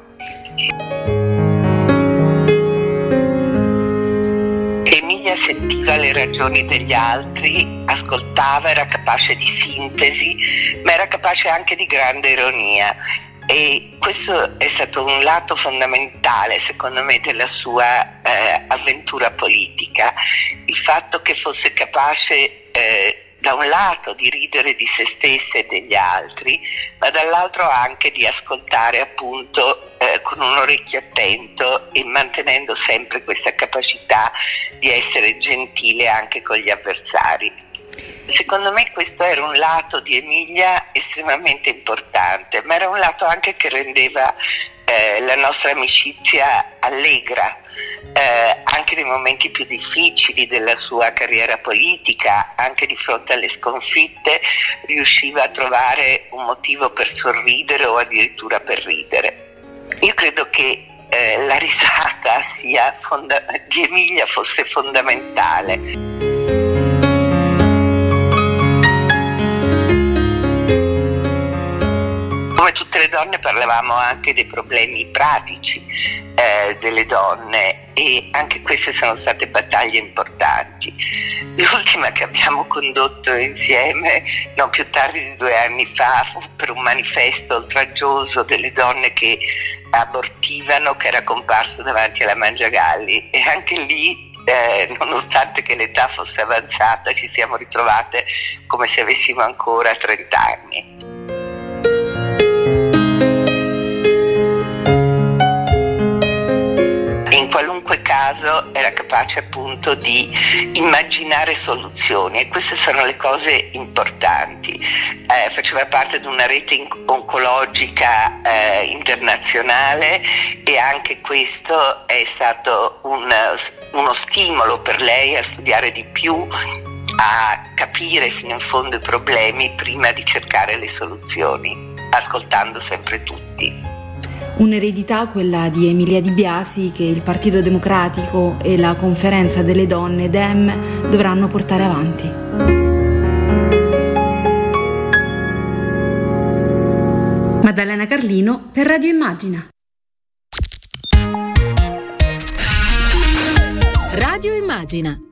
Emilia sentiva le ragioni degli altri, ascoltava, era capace di sintesi, ma era capace anche di grande ironia, e questo è stato un lato fondamentale, secondo me, della sua avventura politica, il fatto che fosse capace da un lato di ridere di se stessa e degli altri, ma dall'altro anche di ascoltare appunto con un orecchio attento e mantenendo sempre questa capacità di essere gentile anche con gli avversari. Secondo me questo era un lato di Emilia estremamente importante, ma era un lato anche che rendeva la nostra amicizia allegra. Anche nei momenti più difficili della sua carriera politica, anche di fronte alle sconfitte, riusciva a trovare un motivo per sorridere o addirittura per ridere. Io credo che la risata di Emilia fosse fondamentale. Come tutte le donne parlavamo anche dei problemi pratici delle donne, e anche queste sono state battaglie importanti. L'ultima che abbiamo condotto insieme non più tardi di 2 anni fa fu per un manifesto oltraggioso delle donne che abortivano, che era comparso davanti alla Mangiagalli, e anche lì nonostante che l'età fosse avanzata ci siamo ritrovate come se avessimo ancora 30 anni. In qualunque caso era capace appunto di immaginare soluzioni, e queste sono le cose importanti. Faceva parte di una rete oncologica internazionale, e anche questo è stato uno stimolo per lei a studiare di più, a capire fino in fondo i problemi prima di cercare le soluzioni, ascoltando sempre tutti. Un'eredità, quella di Emilia Di Biasi, che il Partito Democratico e la Conferenza delle Donne Dem dovranno portare avanti. Maddalena Carlino per Radio Immagina. Radio Immagina.